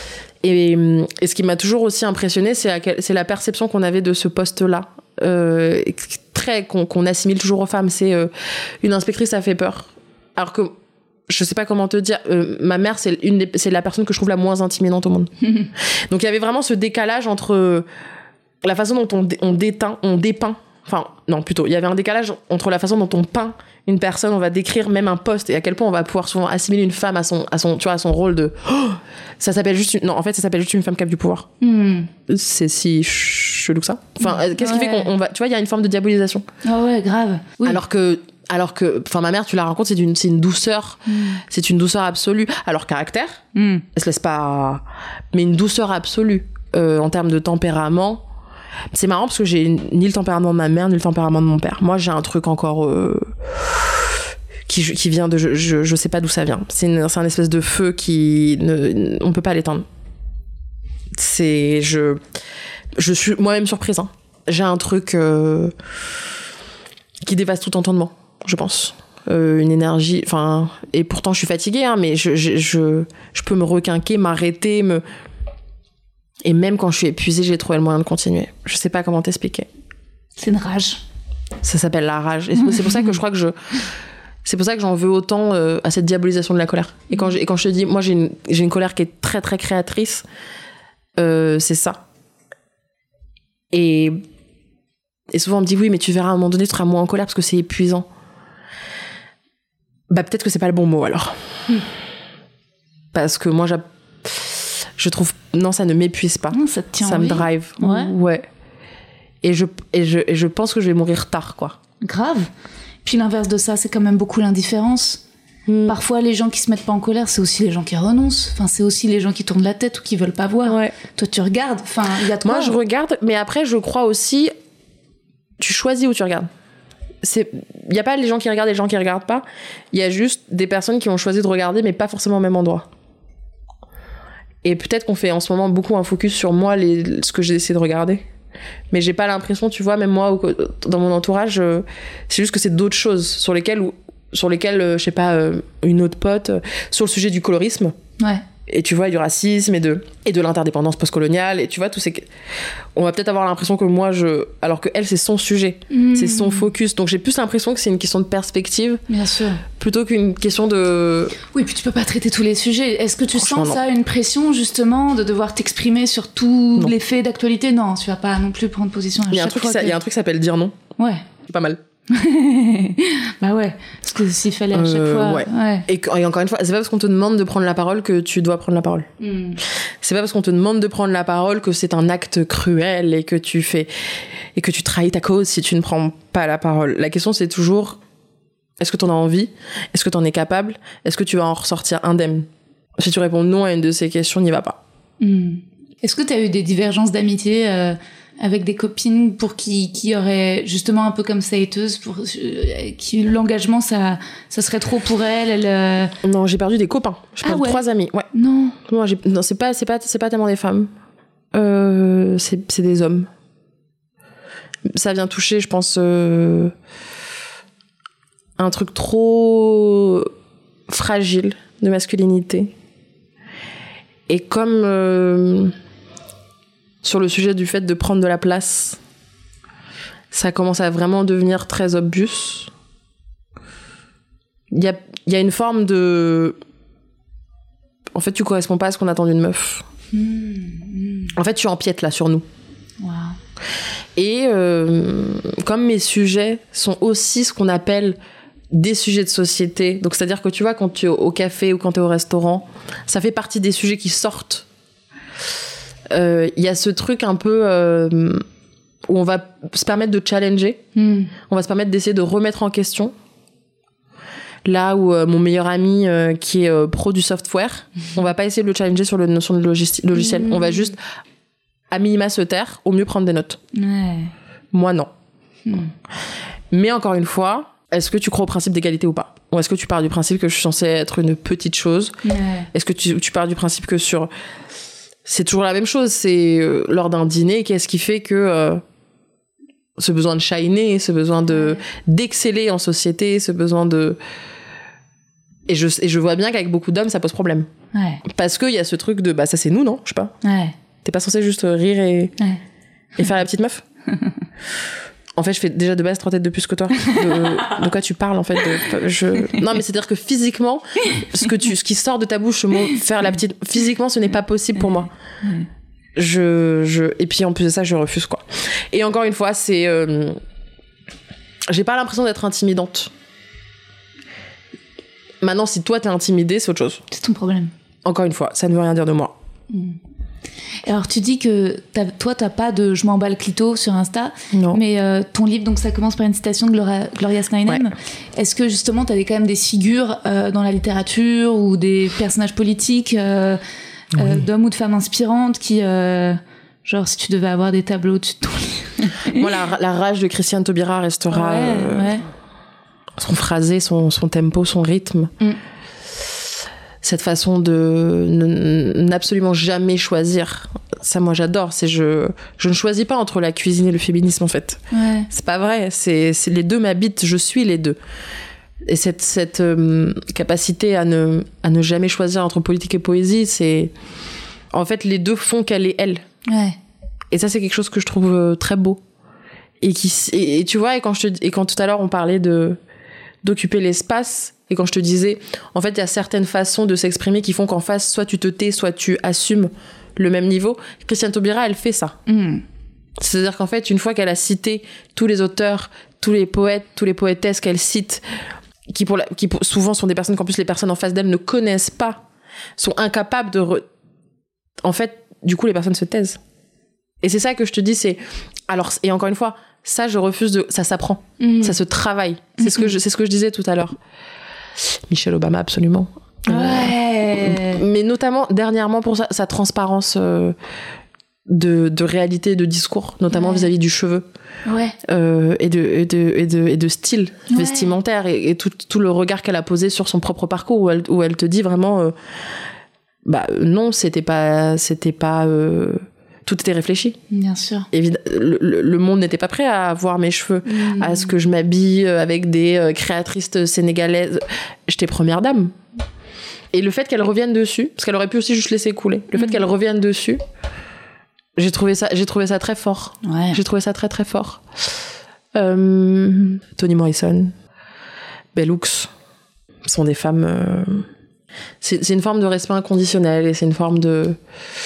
Et, et ce qui m'a toujours aussi impressionnée, c'est, à quel, c'est la perception qu'on avait de ce poste-là, euh, très, qu'on, qu'on assimile toujours aux femmes. C'est euh, une inspectrice, ça fait peur. Alors que, je sais pas comment te dire, euh, ma mère, c'est, une des, c'est la personne que je trouve la moins intimidante au monde. Donc il y avait vraiment ce décalage entre la façon dont on, on déteint, on dépeint, enfin, non, plutôt, il y avait un décalage entre la façon dont on peint une personne, on va décrire même un poste, et à quel point on va pouvoir souvent assimiler une femme à son, à son, tu vois, à son rôle de, oh, ça s'appelle juste une, non, en fait, ça s'appelle juste une femme qui a du pouvoir. Mm. C'est si chelou que ça. Enfin, mm. qu'est-ce ouais. qui fait qu'on on va, tu vois, il y a une forme de diabolisation. Ah oh ouais, grave. Oui. Alors que, alors que, enfin, ma mère, tu la rencontres, c'est une, c'est une douceur, mm. c'est une douceur absolue. Alors, caractère, mm. elle se laisse pas, mais une douceur absolue, euh, en termes de tempérament. C'est marrant parce que j'ai ni le tempérament de ma mère ni le tempérament de mon père. Moi, j'ai un truc encore euh, qui, qui vient de je, je, je sais pas d'où ça vient. C'est, une, c'est un espèce de feu qui ne, on peut pas l'éteindre. C'est je je suis moi-même surprise. Hein. J'ai un truc euh, qui dépasse tout entendement, je pense. Euh, une énergie, enfin, et pourtant je suis fatiguée, hein, mais je je je je peux me requinquer, m'arrêter, me Et même quand je suis épuisée, j'ai trouvé le moyen de continuer. Je sais pas comment t'expliquer. C'est une rage. Ça s'appelle la rage. Et c'est pour ça que je crois que je... C'est pour ça que j'en veux autant euh, à cette diabolisation de la colère. Et quand je, et quand je te dis, moi j'ai une, j'ai une colère qui est très très créatrice, euh, c'est ça. Et, et souvent on me dit, oui, mais tu verras à un moment donné, tu seras moins en colère parce que c'est épuisant. Bah peut-être que c'est pas le bon mot alors. Hmm. Parce que moi, j'ai... je trouve, non, ça ne m'épuise pas. Non, ça te tient ça me drive. Ouais. Ouais. Et je, et, je, et je pense que je vais mourir tard, quoi. Grave. Puis l'inverse de ça, c'est quand même beaucoup l'indifférence. Mm. Parfois, les gens qui se mettent pas en colère, c'est aussi les gens qui renoncent. Enfin, c'est aussi les gens qui tournent la tête ou qui veulent pas voir. Ouais. Toi, tu regardes. Enfin, il y a toi. Moi, je regarde, mais après, je crois aussi, tu choisis où tu regardes. Il n'y a pas les gens qui regardent et les gens qui regardent pas. Il y a juste des personnes qui ont choisi de regarder, mais pas forcément au même endroit. Et peut-être qu'on fait en ce moment beaucoup un focus sur moi, les, ce que j'ai essayé de regarder. Mais j'ai pas l'impression, tu vois, même moi, dans mon entourage, euh, c'est juste que c'est d'autres choses sur lesquelles, sur lesquelles euh, je sais pas, euh, une autre pote, euh, sur le sujet du colorisme. Ouais. Et tu vois, du racisme et de, et de l'interdépendance postcoloniale. Et tu vois, tout ces... on va peut-être avoir l'impression que moi, je... alors que elle, c'est son sujet. Mmh. C'est son focus. Donc j'ai plus l'impression que c'est une question de perspective. Bien sûr. Plutôt qu'une question de... Oui, puis tu peux pas traiter tous les sujets. Est-ce que tu sens ça, une pression, justement, de devoir t'exprimer sur tous non. les faits d'actualité? Non, tu vas pas non plus prendre position à il y a chaque un truc fois. Il que... y a un truc qui s'appelle dire non. Ouais. C'est pas mal. Bah ouais, parce que s'il fallait à chaque euh, fois ouais. Ouais. Et, et encore une fois, c'est pas parce qu'on te demande de prendre la parole que tu dois prendre la parole. mm. C'est pas parce qu'on te demande de prendre la parole que c'est un acte cruel et que tu fais et que tu trahis ta cause si tu ne prends pas la parole. La question, c'est toujours, est-ce que t'en as envie? Est-ce que t'en es capable? Est-ce que tu vas en ressortir indemne? Si tu réponds non à une de ces questions, n'y va pas. mm. Est-ce que t'as eu des divergences d'amitié euh... avec des copines pour qui qui auraient justement un peu comme ça hateuse, pour euh, qui l'engagement ça ça serait trop pour elle, elle euh... Non, j'ai perdu des copains. J'ai perdu ah ouais. trois amis. Ouais. Non. Moi, j'ai non, c'est pas c'est pas c'est pas tellement des femmes. Euh, c'est c'est des hommes. Ça vient toucher, je pense, euh, un truc trop fragile de masculinité. Et comme euh, sur le sujet du fait de prendre de la place, ça commence à vraiment devenir très obvious. Il y a, y a une forme de... En fait, tu corresponds pas à ce qu'on attend d'une meuf. Mmh. En fait, tu empiètes là sur nous. Wow. Et euh, comme mes sujets sont aussi ce qu'on appelle des sujets de société, donc c'est-à-dire que tu vois, quand tu es au café ou quand tu es au restaurant, ça fait partie des sujets qui sortent. Il euh, y a ce truc un peu euh, où on va se permettre de challenger, mm. on va se permettre d'essayer de remettre en question. Là où euh, mon meilleur ami euh, qui est euh, pro du software, mm. on va pas essayer de le challenger sur la notion de logis- logiciel. Mm. On va juste, à minima, se taire, au mieux prendre des notes. Ouais. Moi, non. Mm. Mais encore une fois, est-ce que tu crois au principe d'égalité ou pas? Ou est-ce que tu pars du principe que je suis censée être une petite chose? Ouais. Est-ce que tu, tu pars du principe que sur... C'est toujours la même chose, c'est euh, lors d'un dîner, qu'est-ce qui fait que euh, ce besoin de shiner, ce besoin de d'exceller en société, ce besoin de Et je, et je vois bien qu'avec beaucoup d'hommes, ça pose problème. Ouais. Parce qu'il y a ce truc de, bah ça c'est nous, non? Je sais pas. Ouais. T'es pas censé juste rire et, ouais. et faire la petite meuf? En fait, je fais déjà de base trois têtes de plus que toi. De, de quoi tu parles, en fait de, je... Non, mais c'est-à-dire que physiquement, ce, que tu, ce qui sort de ta bouche, mot, faire la petite... Physiquement, ce n'est pas possible pour moi. Je, je... Et puis, en plus de ça, je refuse, quoi. Et encore une fois, c'est... Euh... J'ai pas l'impression d'être intimidante. Maintenant, si toi, t'es intimidée, c'est autre chose. C'est ton problème. Encore une fois, ça ne veut rien dire de moi. Mm. Alors tu dis que t'as, toi t'as pas de je m'emballe clito sur Insta, non. mais euh, ton livre donc ça commence par une citation de Gloria, Gloria Steinem. Ouais. Est-ce que justement t'avais quand même des figures euh, dans la littérature ou des personnages politiques euh, oui. euh, d'hommes ou de femmes inspirantes qui euh, genre si tu devais avoir des tableaux au-dessus de ton livre? Moi la, la rage de Christiane Taubira restera ouais, euh, ouais. son phrasé, son, son tempo, son rythme. Mm. Cette façon de n'absolument jamais choisir. Ça, moi, j'adore. C'est je, je ne choisis pas entre la cuisine et le féminisme, en fait. Ouais. C'est pas vrai. C'est, c'est les deux m'habitent. Je suis les deux. Et cette, cette euh, capacité à ne, à ne jamais choisir entre politique et poésie, c'est... En fait, les deux font qu'elle est elle. Ouais. Et ça, c'est quelque chose que je trouve euh, très beau. Et, qui, et, et tu vois, et quand, je te, et quand tout à l'heure, on parlait de, d'occuper l'espace... Et quand je te disais, en fait, il y a certaines façons de s'exprimer qui font qu'en face, soit tu te tais, soit tu assumes le même niveau. Christiane Taubira, elle fait ça. Mm. C'est-à-dire qu'en fait, une fois qu'elle a cité tous les auteurs, tous les poètes, tous les poétesses qu'elle cite, qui, pour la, qui pour, souvent sont des personnes qu'en plus les personnes en face d'elle ne connaissent pas, sont incapables de... Re... En fait, du coup, les personnes se taisent. Et c'est ça que je te dis, c'est... Alors, et encore une fois, ça, je refuse de... Ça s'apprend. Mm. Ça se travaille. C'est, mm-hmm. ce que je, c'est ce que je disais tout à l'heure. Michelle Obama, absolument. Ouais. Euh, mais notamment, dernièrement, pour sa, sa transparence euh, de, de réalité, de discours, notamment ouais. vis-à-vis du cheveu. Ouais. Euh, et, de, et, de, et, de, et de style ouais. vestimentaire, et, et tout, tout le regard qu'elle a posé sur son propre parcours, où elle, où elle te dit vraiment... Euh, bah non, c'était pas... C'était pas euh, tout était réfléchi. Bien sûr. Évid- le, le, le monde n'était pas prêt à voir mes cheveux, mmh. à ce que je m'habille avec des euh, créatrices sénégalaises. J'étais première dame. Et le fait qu'elle revienne dessus, parce qu'elle aurait pu aussi juste laisser couler, le mmh. fait qu'elle revienne dessus, j'ai trouvé ça, j'ai trouvé ça très fort. Ouais. J'ai trouvé ça très très fort. Euh, Toni Morrison, Bell Hooks sont des femmes... Euh, c'est, c'est une forme de respect inconditionnel et c'est une forme de...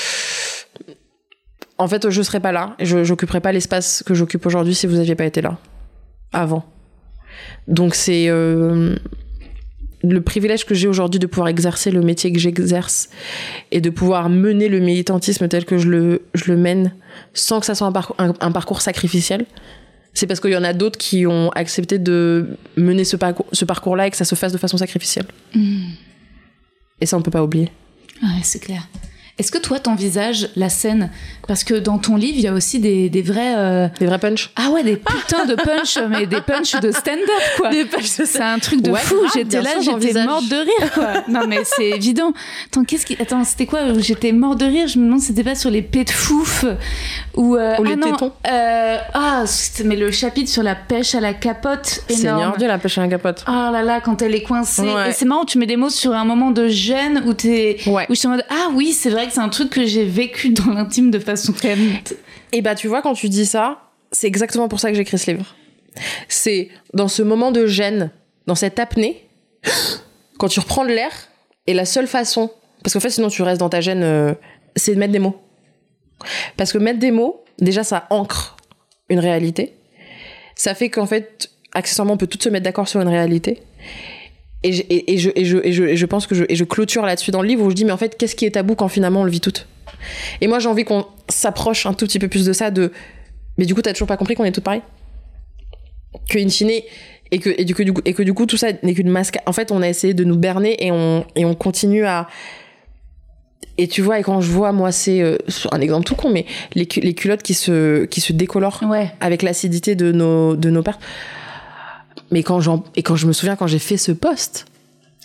En fait, je serais pas là, je j'occuperais pas l'espace que j'occupe aujourd'hui si vous aviez pas été là avant. Donc c'est euh, le privilège que j'ai aujourd'hui de pouvoir exercer le métier que j'exerce et de pouvoir mener le militantisme tel que je le je le mène sans que ça soit un parcours un, un parcours sacrificiel. C'est parce qu'il y en a d'autres qui ont accepté de mener ce parcours ce parcours-là et que ça se fasse de façon sacrificielle. Mmh. Et ça on peut pas oublier. Ouais, c'est clair. Est-ce que toi, t'envisages la scène? Parce que dans ton livre, il y a aussi des, des vrais... Euh... Des vrais punchs. Ah ouais, des putains de punchs, mais des punchs de stand-up, quoi. Des punchs de... C'est un truc de ouais, fou. Grave, j'étais là, sûr, j'étais morte de rire, quoi. Non, mais c'est évident. Attends, qu'est-ce qui... Attends, c'était quoi? J'étais morte de rire. Je me demande si c'était pas sur les pets de fouf ou... Euh... Ou ah, les non. tétons. Euh... Ah, mais le chapitre sur la pêche à la capote, énorme. Seigneur Dieu, la pêche à la capote. Oh là là, quand elle est coincée. Ouais. Et c'est marrant, tu mets des mots sur un moment de gêne où t'es... Ouais. Où je suis en mode, ah oui, c'est vrai que c'est un truc que j'ai vécu dans l'intime de façon quand même... Et bah tu vois, quand tu dis ça, c'est exactement pour ça que j'écris ce livre. C'est dans ce moment de gêne, dans cette apnée, quand tu reprends de l'air, et la seule façon, parce qu'en fait sinon tu restes dans ta gêne, euh, c'est de mettre des mots. Parce que mettre des mots, déjà ça ancre une réalité, ça fait qu'en fait, accessoirement on peut toutes se mettre d'accord sur une réalité. Et je, et, et, je, et, je, et, je, et je pense que je, et je clôture là-dessus dans le livre où je dis mais en fait qu'est-ce qui est tabou quand finalement on le vit toutes. Et moi j'ai envie qu'on s'approche un tout petit peu plus de ça, de mais du coup t'as toujours pas compris qu'on est toutes pareilles, que in fine et que, et du, que, du coup, et que du coup tout ça n'est qu'une masque. En fait on a essayé de nous berner et on, et on continue à... Et tu vois, et quand je vois, moi c'est euh, un exemple tout con, mais les, les culottes qui se, qui se décolorent ouais. avec l'acidité de nos, de nos parts. Mais quand j'en, et quand je me souviens quand j'ai fait ce post,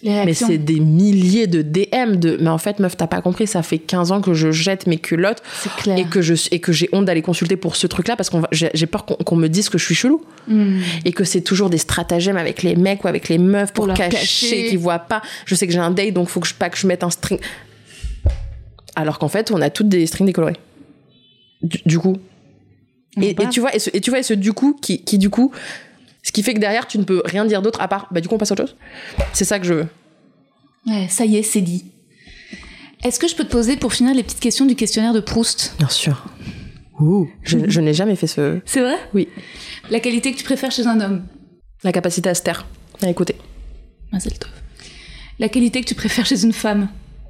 Les Mais réactions. c'est des milliers de D M de mais en fait meuf t'as pas compris, ça fait quinze ans que je jette mes culottes C'est clair. et que je et que j'ai honte d'aller consulter pour ce truc là parce qu'on j'ai, j'ai peur qu'on, qu'on me dise que je suis chelou Mm. et que c'est toujours des stratagèmes avec les mecs ou avec les meufs pour, Pour leur cacher, cacher. qu'ils voient pas. Je sais que j'ai un date donc faut que je pas que je mette un string alors qu'en fait on a toutes des strings décolorés du, du coup On et, et part. tu vois et ce, et tu vois et ce du coup qui qui du coup ce qui fait que derrière tu ne peux rien dire d'autre à part bah du coup on passe à autre chose. C'est ça que je veux. Ouais, ça y est, c'est dit. Est-ce que je peux te poser pour finir les petites questions du questionnaire de Proust? Bien sûr. Ouh. Je, je n'ai jamais fait ce. C'est vrai? Oui. La qualité que tu préfères chez un homme? La capacité à se taire, à écouter. Mazel tov. La qualité que tu préfères chez une femme?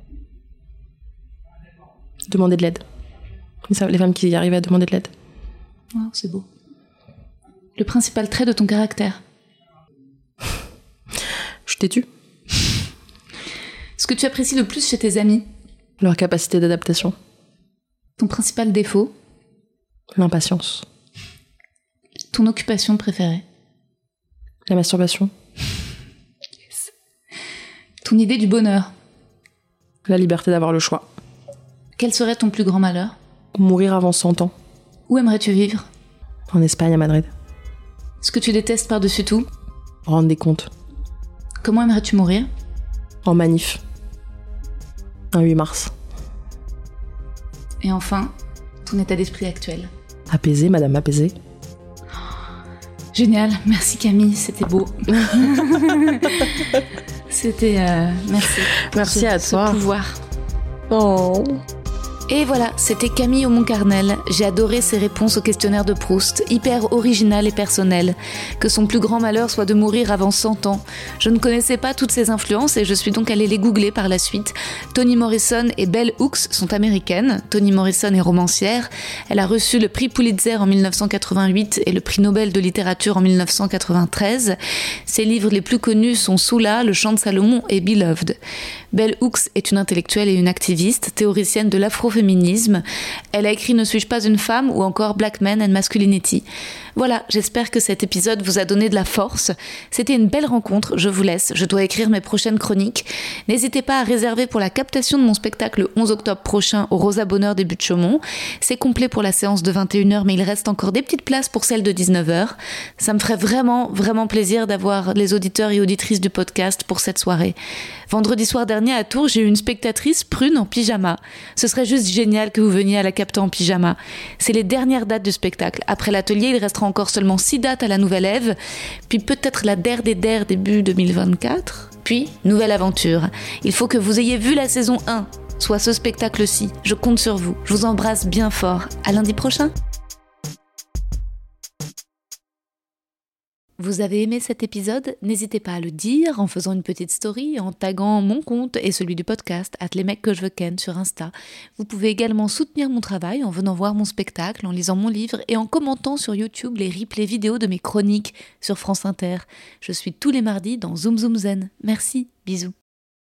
Demander de l'aide. Ça, les femmes qui arrivent à demander de l'aide. Oh, c'est beau. Le principal trait de ton caractère? Je t'ai tu. Ce que tu apprécies le plus chez tes amis? Leur capacité d'adaptation. Ton principal défaut? L'impatience. Ton occupation préférée? La masturbation. Ton idée du bonheur? La liberté d'avoir le choix. Quel serait ton plus grand malheur? Mourir avant cent ans. Où aimerais-tu vivre? En Espagne, à Madrid. Ce que tu détestes par-dessus tout? Rendre des comptes. Comment aimerais-tu mourir? En manif. Un huit mars. Et enfin, ton état d'esprit actuel? Apaisé, madame apaisée. Génial, merci Camille, c'était beau. C'était... euh, merci. pour Merci ce- à ce toi. pouvoir. Oh. Et voilà, c'était Camille au Montcarnel. J'ai adoré ses réponses au questionnaire de Proust, hyper original et personnel. Que son plus grand malheur soit de mourir avant cent ans. Je ne connaissais pas toutes ses influences et je suis donc allée les googler par la suite. Toni Morrison et Bell Hooks sont américaines. Toni Morrison est romancière. Elle a reçu le prix Pulitzer en mille neuf cent quatre-vingt-huit et le prix Nobel de littérature en mille neuf cent quatre-vingt-treize. Ses livres les plus connus sont Soula, Le Chant de Salomon et Beloved. Bell Hooks est une intellectuelle et une activiste, théoricienne de l'afroféminisme. Elle a écrit Ne suis-je pas une femme ou encore Black Men and Masculinity. Voilà, j'espère que cet épisode vous a donné de la force. C'était une belle rencontre, je vous laisse, je dois écrire mes prochaines chroniques. N'hésitez pas à réserver pour la captation de mon spectacle le onze octobre prochain au Rosa Bonheur des Buttes-Chaumont. C'est complet pour la séance de vingt et une heures, mais il reste encore des petites places pour celle de dix-neuf heures. Ça me ferait vraiment, vraiment plaisir d'avoir les auditeurs et auditrices du podcast pour cette soirée. Vendredi soir dernier à Tours, j'ai eu une spectatrice prune en pyjama. Ce serait juste génial que vous veniez à la capter en pyjama. C'est les dernières dates du spectacle. Après l'atelier, il restera encore seulement six dates à la Nouvelle Ève, puis peut-être la der des der début deux mille vingt-quatre, puis nouvelle aventure. Il faut que vous ayez vu la saison un, soit ce spectacle-ci. Je compte sur vous. Je vous embrasse bien fort. À lundi prochain. Vous avez aimé cet épisode? N'hésitez pas à le dire en faisant une petite story, en taguant mon compte et celui du podcast, at les mecs que je veux ken sur Insta. Vous pouvez également soutenir mon travail en venant voir mon spectacle, en lisant mon livre et en commentant sur YouTube les replays vidéo de mes chroniques sur France Inter. Je suis tous les mardis dans Zoom Zoom Zen. Merci, bisous.